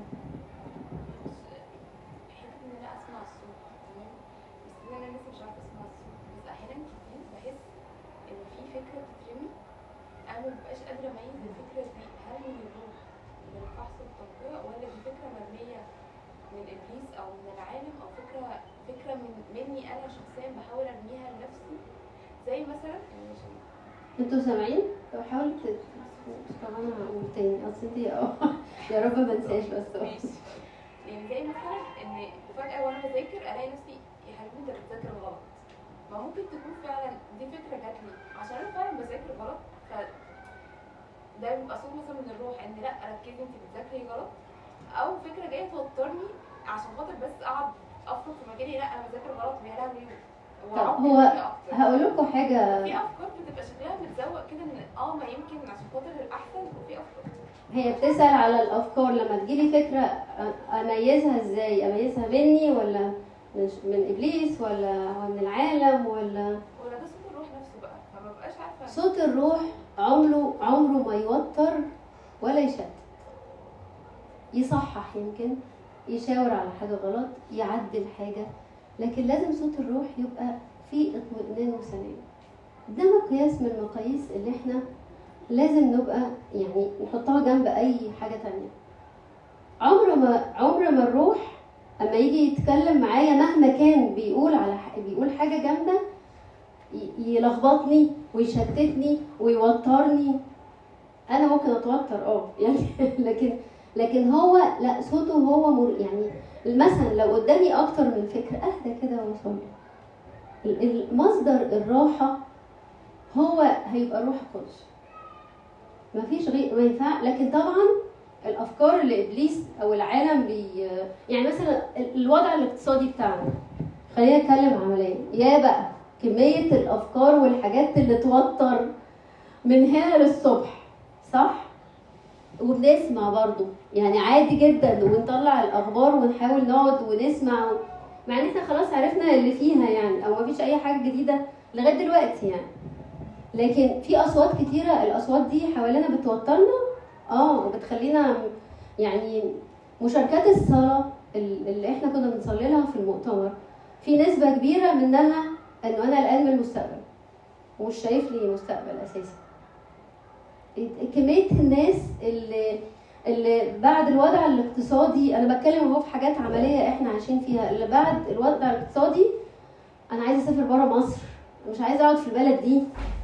حته ان انا اسمع الصوت تمام، بس ان انا لسه مش عارفه اسمع الصوت. بس احيانا كتير بحس ان في فكره بتترمي انا مببقاش قادره اميز الفكره دي هل من الروح للفحص والتطبيق، ولا دي فكره مرميه من ابليس او من العالم، او فكره مني انا شخصيا بحاول ارميها لنفسي. زي مثلا انتوا سامعين؟ طب حاولي طبعا انا هقول تاني اصل انتي يا رب ما انساش بس. ماشي. يعني زي مثلا ان فجاه وانا بذاكر الاقي نفسي يا حبيبي انت بتذاكر غلط. ما ممكن تكون فعلا دي فكره جات لي عشان انا فعلا بذاكر غلط، ف ده بيبقى صوت مثلا من الروح ان لا ركزي انت بتذاكري غلط، او فكره جايه توترني عشان خاطر بس اقعد افرط في مجالي لا انا بذاكر غلط ويا لهوي. طب هو هقول لكم حاجه، في افكار بتبقى شكلها متزوق كده ان ما يمكن عشان خاطر الاحسن، وفي افكار هي بتسأل على الافكار لما تجيلي فكره اميزها ازاي؟ اميزها مني ولا من ابليس ولا من العالم ولا ده صوت الروح نفسه بقى، فما بقاش عارفه. صوت الروح عمره ما يوتر ولا يشتت، يصحح، يمكن يشاور على حاجه غلط، يعدل حاجه، لكن لازم صوت الروح يبقى فيه اطمئنان وسلام. ده مقياس من المقاييس اللي احنا لازم نبقى يعني نحطها جنب اي حاجه تانية. عمر ما الروح اما يجي يتكلم معايا مهما كان بيقول حاجه جامده يلخبطني ويشتتني ويوترني. انا ممكن اتوتر يعني لكن هو لا، صوته هو يعني مثلا لو قدامي اكتر من فكره اهدى كده واصلي. المصدر الراحه هو هيبقى الروح القدس، مفيش غير، ما ينفع. لكن طبعا الافكار اللي ابليس او العالم يعني مثلا الوضع الاقتصادي بتاعنا، خلينا نتكلم عمليا، يا بقى كميه الافكار والحاجات اللي توتر من هنا للصبح، صح؟ وبنسمع برضو يعني عادي جدا، ونطلع الاخبار ونحاول نقعد ونسمع، مع ان احنا خلاص عرفنا اللي فيها يعني، او مفيش اي حاجه جديده لغايه دلوقتي يعني. لكن في اصوات كتيره، الاصوات دي حوالينا بتوترنا وبتخلينا يعني مشاركات الصلاه اللي احنا كنا بنصلي لها في المؤتمر في نسبه كبيره منها انه انا قلقان من المستقبل ومش شايف لي مستقبل اساسا. كميه الناس اللي بعد الوضع الاقتصادي، انا بتكلم اهو في حاجات عمليه احنا عايشين فيها، اللي بعد الوضع الاقتصادي انا عايزه اسافر بره مصر، مش عايزه اقعد في البلد دي.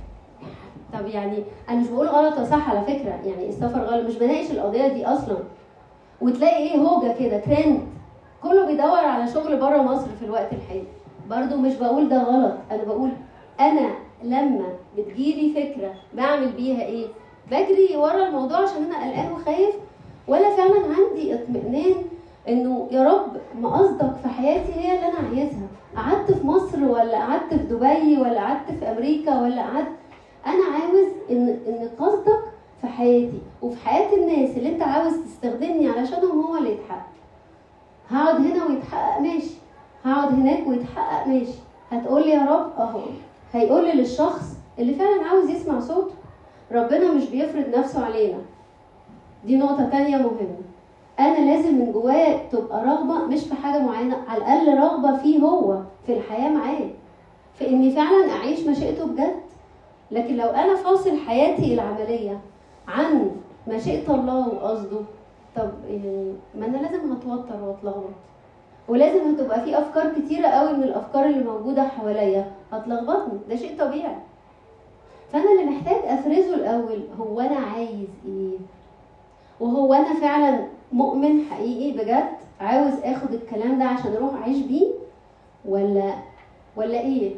طب يعني انا مش بقول غلط ولا صح على فكره، يعني السفر غلط، مش بناقش القضيه دي اصلا. وتلاقي هوجه كده ترند كله بيدور على شغل بره مصر في الوقت الحالي، برضو مش بقول ده غلط، انا بقول انا لما بتجيلي فكره بعمل بيها ايه؟ بجري ورا الموضوع عشان انا قلقان وخايف، ولا فعلا عندي اطمئنان انه يا رب ما قصدك في حياتي هي اللي انا عايزها؟ قعدت في مصر ولا قعدت في دبي ولا قعدت في امريكا ولا قعدت، انا عاوز ان قصدك في حياتي وفي حياه الناس اللي انت عاوز تستخدمني علشانهم هو اللي يتحقق. هقعد هنا ويتحقق ماشي، هقعد هناك ويتحقق ماشي، هتقولي يا رب اهو، هيقولي للشخص اللي فعلا عاوز يسمع صوته. ربنا مش بيفرض نفسه علينا، دي نقطة تانية مهمة. أنا لازم من جوايا تبقى رغبة مش في حاجة معينة، على الأقل رغبة فيه هو في الحياة معاه، في إني فعلا أعيش مشيئته بجد. لكن لو أنا فاصل حياتي العملية عن مشيئة الله وقصده، طب يعني ما أنا لازم هتوتر واتلخبط، ولازم هتبقى في أفكار كتيرة قوي من الأفكار اللي موجودة حواليا هتلخبطني، ده شيء طبيعي. فأنا اللي محتاج أفرزه الأول، هو أنا عايز إيه؟ وهو أنا فعلا مؤمن حقيقي بجد عاوز أخد الكلام ده عشان أروح أعيش بيه، ولا إيه؟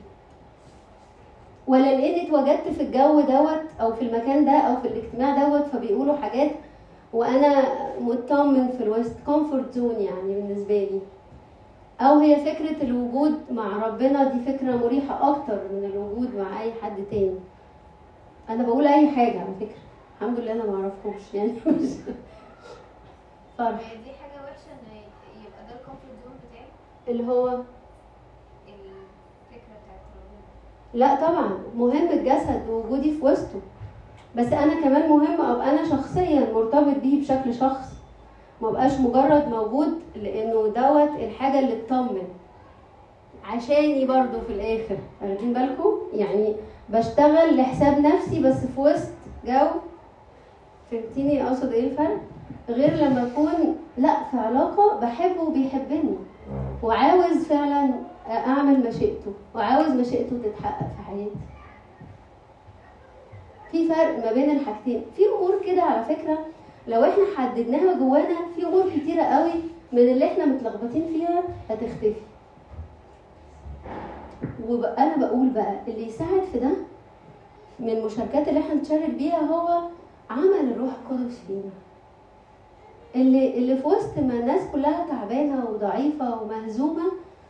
ولا لأني اتوجدت في الجو دوت أو في المكان ده أو في الاجتماع دوت فبيقولوا حاجات وأنا مطمن في الويست كومفورت زون يعني بالنسبة لي، أو هي فكرة الوجود مع ربنا دي فكرة مريحة أكتر من الوجود مع أي حد تاني. أنا بقول أي حاجة على فكرة، الحمد لله أنا معرفهمش يعني مش فرح. دي حاجة وحشة إن يبقى ده الكومفورت زون بتاعي اللي هو الفكرة بتاعت ربنا. لا طبعا مهم الجسد ووجودي في وسطه، بس أنا كمان مهم أبقى أنا شخصيا مرتبط بيه بشكل شخص، ما بقاش مجرد موجود لانه دوت الحاجه اللي تطمن عشاني برضو في الاخر. واخدين بالكم؟ يعني بشتغل لحساب نفسي بس في وسط جو. فهمتيني اقصد ايه الفرق؟ غير لما اكون لا في علاقه بحبه وبيحبني وعاوز فعلا اعمل مشيئته وعاوز مشيئته تتحقق في حياتي. في فرق ما بين الحاجتين. في امور كده على فكره لو احنا حددناها جوانا، في امور كتيره قوي من اللي احنا متلخبطين فيها هتختفي. وانا بقول بقى اللي يساعد في ده من المشاركات اللي احنا نتشارك بيها هو عمل الروح القدس فينا، اللي في وسط ما الناس كلها تعبانه وضعيفه ومهزومه.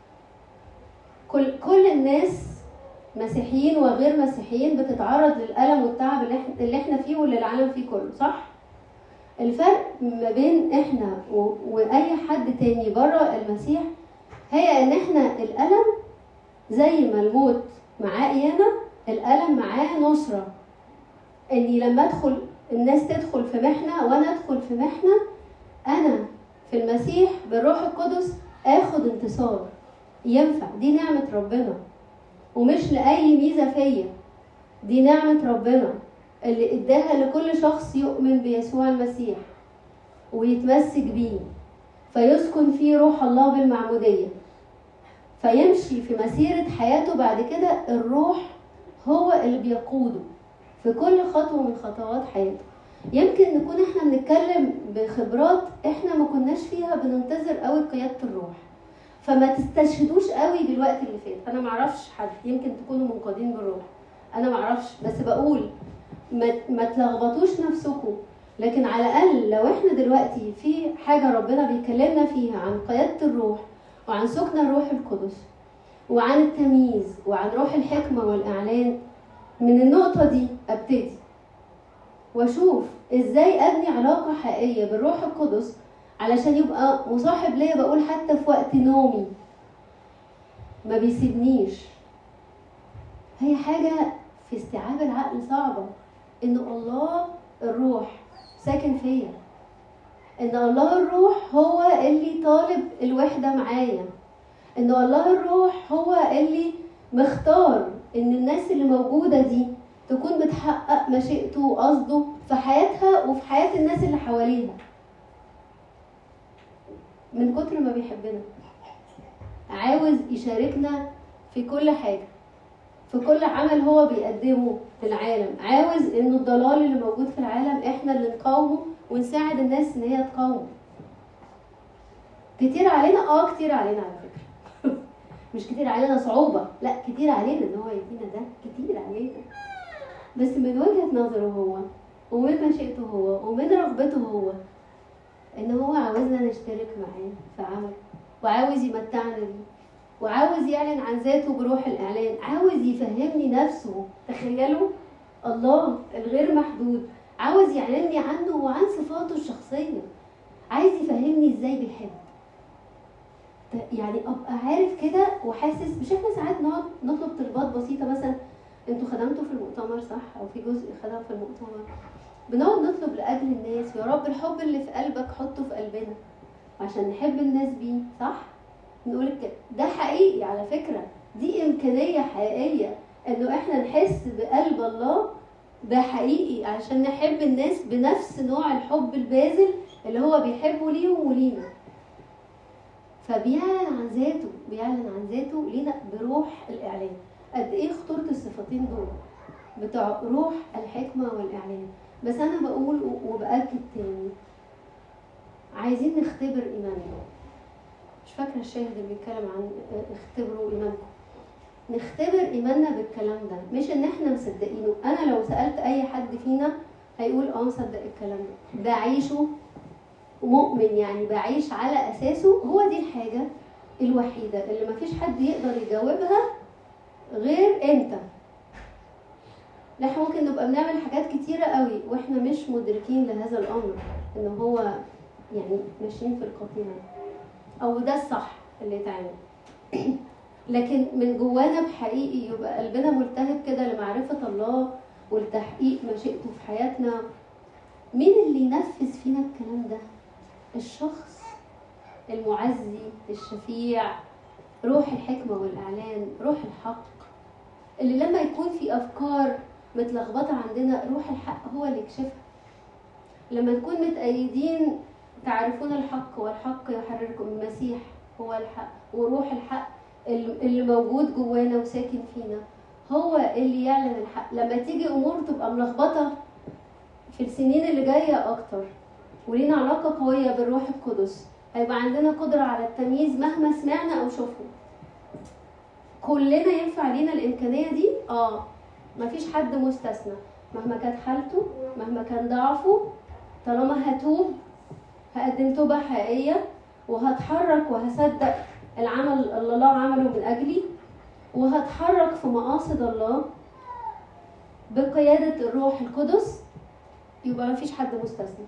كل الناس مسيحيين وغير مسيحيين بتتعرض للألم والتعب اللي احنا فيه واللي العالم فيه كله، صح؟ الفرق ما بين احنا واي حد تاني بره المسيح هي ان احنا الألم زي ما الموت معاه قيامة، الألم معاه نصرة. اني لما ادخل الناس تدخل في محنة وانا ادخل في محنة، انا في المسيح بالروح القدس اخد انتصار. ينفع، دي نعمة ربنا ومش لأي ميزة فيا، دي نعمة ربنا اللي اداها لكل شخص يؤمن بيسوع المسيح ويتمسك بيه فيسكن فيه روح الله بالمعمودية، فيمشي في مسيرة حياته. بعد كده الروح هو اللي بيقوده في كل خطوة من خطوات حياته. يمكن نكون احنا بنتكلم بخبرات احنا ما كناش فيها بننتظر قوي قيادة الروح، فما تستشهدوش قوي بالوقت اللي فات. انا معرفش حد، يمكن تكونوا منقادين بالروح، انا معرفش، بس بقول ما تلخبطوش نفسكم. لكن على الاقل لو احنا دلوقتي في حاجه ربنا بيكلمنا فيها عن قياده الروح وعن سكن الروح القدس وعن التمييز وعن روح الحكمه والاعلان، من النقطه دي ابتدي واشوف ازاي ابني علاقه حقيقيه بالروح القدس علشان يبقى مصاحب ليا. بقول حتى في وقت نومي ما بيسيبنيش. هي حاجة في استيعاب العقل صعبة، ان الله الروح ساكن فيا، ان الله الروح هو اللي طالب الوحدة معايا، ان الله الروح هو اللي مختار ان الناس اللي موجودة دي تكون بتحقق مشيئته وقصده في حياتها وفي حياة الناس اللي حواليها. من كتر ما بيحبنا عاوز يشاركنا في كل حاجة، في كل عمل هو بيقدمه في العالم. عاوز انه الضلال اللي موجود في العالم احنا اللي نقاومه ونساعد الناس ان هي تقاومه. كتير علينا، كتير علينا على فكرة مش كتير علينا صعوبة، لا كتير علينا ان هو يدينا ده، كتير علينا، بس من وجهة نظره هو ومن مشيئته هو ومن رغبته هو، ان هو عاوزنا نشترك معاه في عمل وعاوز يمتعنا بيه وعاوز يعلن عن ذاته بروح الاعلان، عاوز يفهمني نفسه. تخيلوا الله الغير محدود عاوز يعلنني عنه وعن صفاته الشخصيه، عايز يفهمني ازاي بيحب. يعني ابقى عارف كده وحاسس. مش احنا ساعات نقعد نطلب طلبات بسيطه، مثلا انتوا خدمتوا في المؤتمر صح، او في جزء خدم في المؤتمر، بنقعد نطلب لاجل الناس، يا رب الحب اللي في قلبك حطه في قلبنا عشان نحب الناس بيه، صح؟ نقول كده. ده حقيقي على فكره، دي امكانيه حقيقيه انه احنا نحس بقلب الله. ده حقيقي عشان نحب الناس بنفس نوع الحب الباذل اللي هو بيحبه ليهم ولينا. فبيعلن عن ذاته، بيعلن عن ذاته لينا بروح الاعلان. قد ايه خطوره الصفتين دول بتوع روح الحكمه والاعلان. بس انا بقول وباكد تاني، عايزين نختبر ايماننا. مش فاكره الشاهد اللي بيتكلم عن اختبروا ايمانكم. نختبر ايماننا بالكلام ده، مش ان احنا مصدقينه. انا لو سالت اي حد فينا هيقول مصدق الكلام ده، بعيشه ومؤمن، يعني بعيش على اساسه. هو دي الحاجه الوحيده اللي مفيش حد يقدر يجاوبها غير انت. احنا ممكن نبقى بنعمل حاجات كتيره قوي واحنا مش مدركين لهذا الامر، ان هو يعني ماشيين في القطيعه او ده الصح اللي يتعمل لكن من جوانا بحقيقي يبقى قلبنا ملتهب كده لمعرفه الله ولتحقيق مشيئته في حياتنا. مين اللي ينفذ فينا الكلام ده؟ الشخص المعزي الشفيع، روح الحكمة والإعلان، روح الحق، اللي لما يكون في أفكار متلخبطة عندنا روح الحق هو اللي يكشفها. لما نكون متأيدين تعرفون الحق والحق يحرركم، المسيح هو الحق وروح الحق اللي موجود جوانا وساكن فينا هو اللي يعلن الحق. لما تيجي أمور تبقى ملخبطة في السنين اللي جاية أكتر ولينا علاقة قوية بالروح القدس، هيبقى عندنا قدرة على التمييز مهما سمعنا أو شفنا. كلنا ينفع لينا الإمكانية دي؟ مفيش حد مستثنى مهما كانت حالته، مهما كان ضعفه، طالما هتوب هقدم توبة حقيقية وهتحرك وهصدق العمل اللي الله عمله من أجلي وهتحرك في مقاصد الله بقيادة الروح القدس، يبقى مفيش حد مستثنى.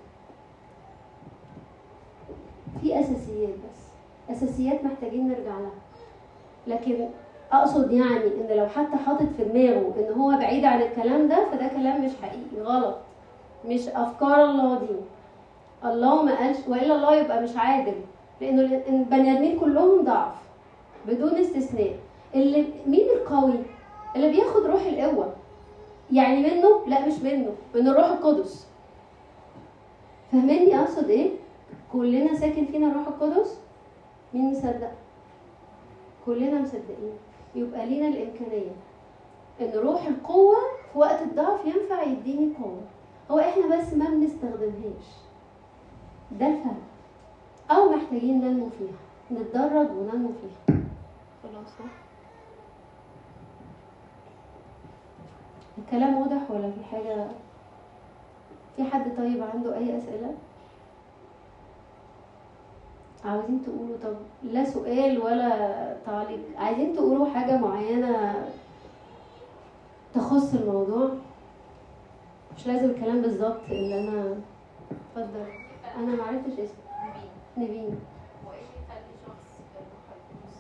في أساسيات، بس أساسيات محتاجين نرجع لها. لكن أقصد يعني إن لو حتى حاطط في دماغه إن هو بعيد عن الكلام ده فده كلام مش حقيقي، غلط، مش أفكار الله دي. الله ما قالش، وإلا الله يبقى مش عادل، لأنه البني آدمين كلهم ضعف بدون استثناء. مين القوي؟ اللي بياخد روح القوة، يعني منه؟ لا مش منه، من الروح القدس. فاهميني أقصد إيه؟ كلنا ساكن فينا الروح القدس. مين مصدق؟ كلنا مصدقين. يبقى لينا الإمكانية إن روح القوة في وقت الضعف ينفع يديني قوة، هو إحنا بس ما بنستخدمهاش. ده الفرق، أو محتاجين ننمو فيها، نتدرج وننمو فيها. خلاص الكلام واضح ولا في حاجة؟ في حد طيب عنده أي أسئلة؟ عاوزين تقولوا؟ طب لا سؤال ولا تعليق، عايزين تقولوا حاجة معينة تخص الموضوع، مش لازم الكلام بالظبط اللي أنا. اتفضل. أنا معرفتش اسمي. نبين. هو ايه اللي يخلي شخص الروح القدس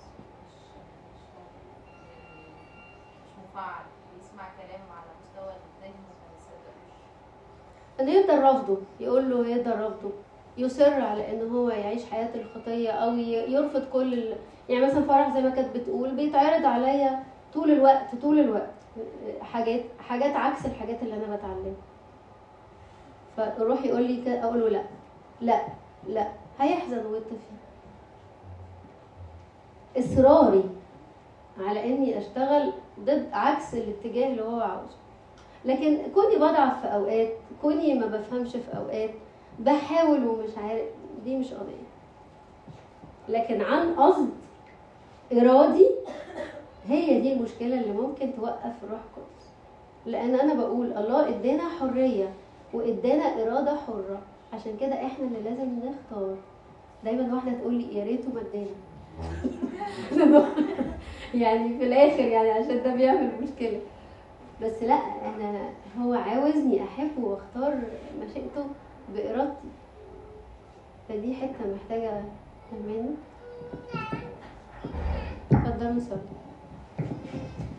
مش مفعل بيسمع كلام على مستوى الذهن وما يصدقوش؟ إنه يقدر رفضه، يقول له يقدر رفضه، يصر على إن هو يعيش حياة الخطية أو يرفض كل يعني مثلا فرح زي ما كانت بتقول بيتعرض عليا طول الوقت حاجات عكس الحاجات اللي أنا بتعلمها، فالروح يقول لي كده أقول له لا لا لا، هيحزن ويطفي. إصراري على إني أشتغل ضد عكس الاتجاه اللي هو عاوزه. لكن كوني بضعف في أوقات، كوني ما بفهمش في أوقات، بحاول ومش عارف، دي مش قضية. لكن عن قصد إرادي هي دي المشكلة اللي ممكن توقف الروح القدس. لأن أنا بقول الله إدانا حرية وإدانا إرادة حرة، عشان كده إحنا اللي لازم نختار. دايما واحدة تقول لي يا ريته ما ادانا يعني في الآخر يعني عشان ده بيعمل مشكلة، بس لا، هو عاوزني أحبه واختار مشيئته بإرادتي. فدي حتة محتاجة فهماني. اتفضلوا صلوا.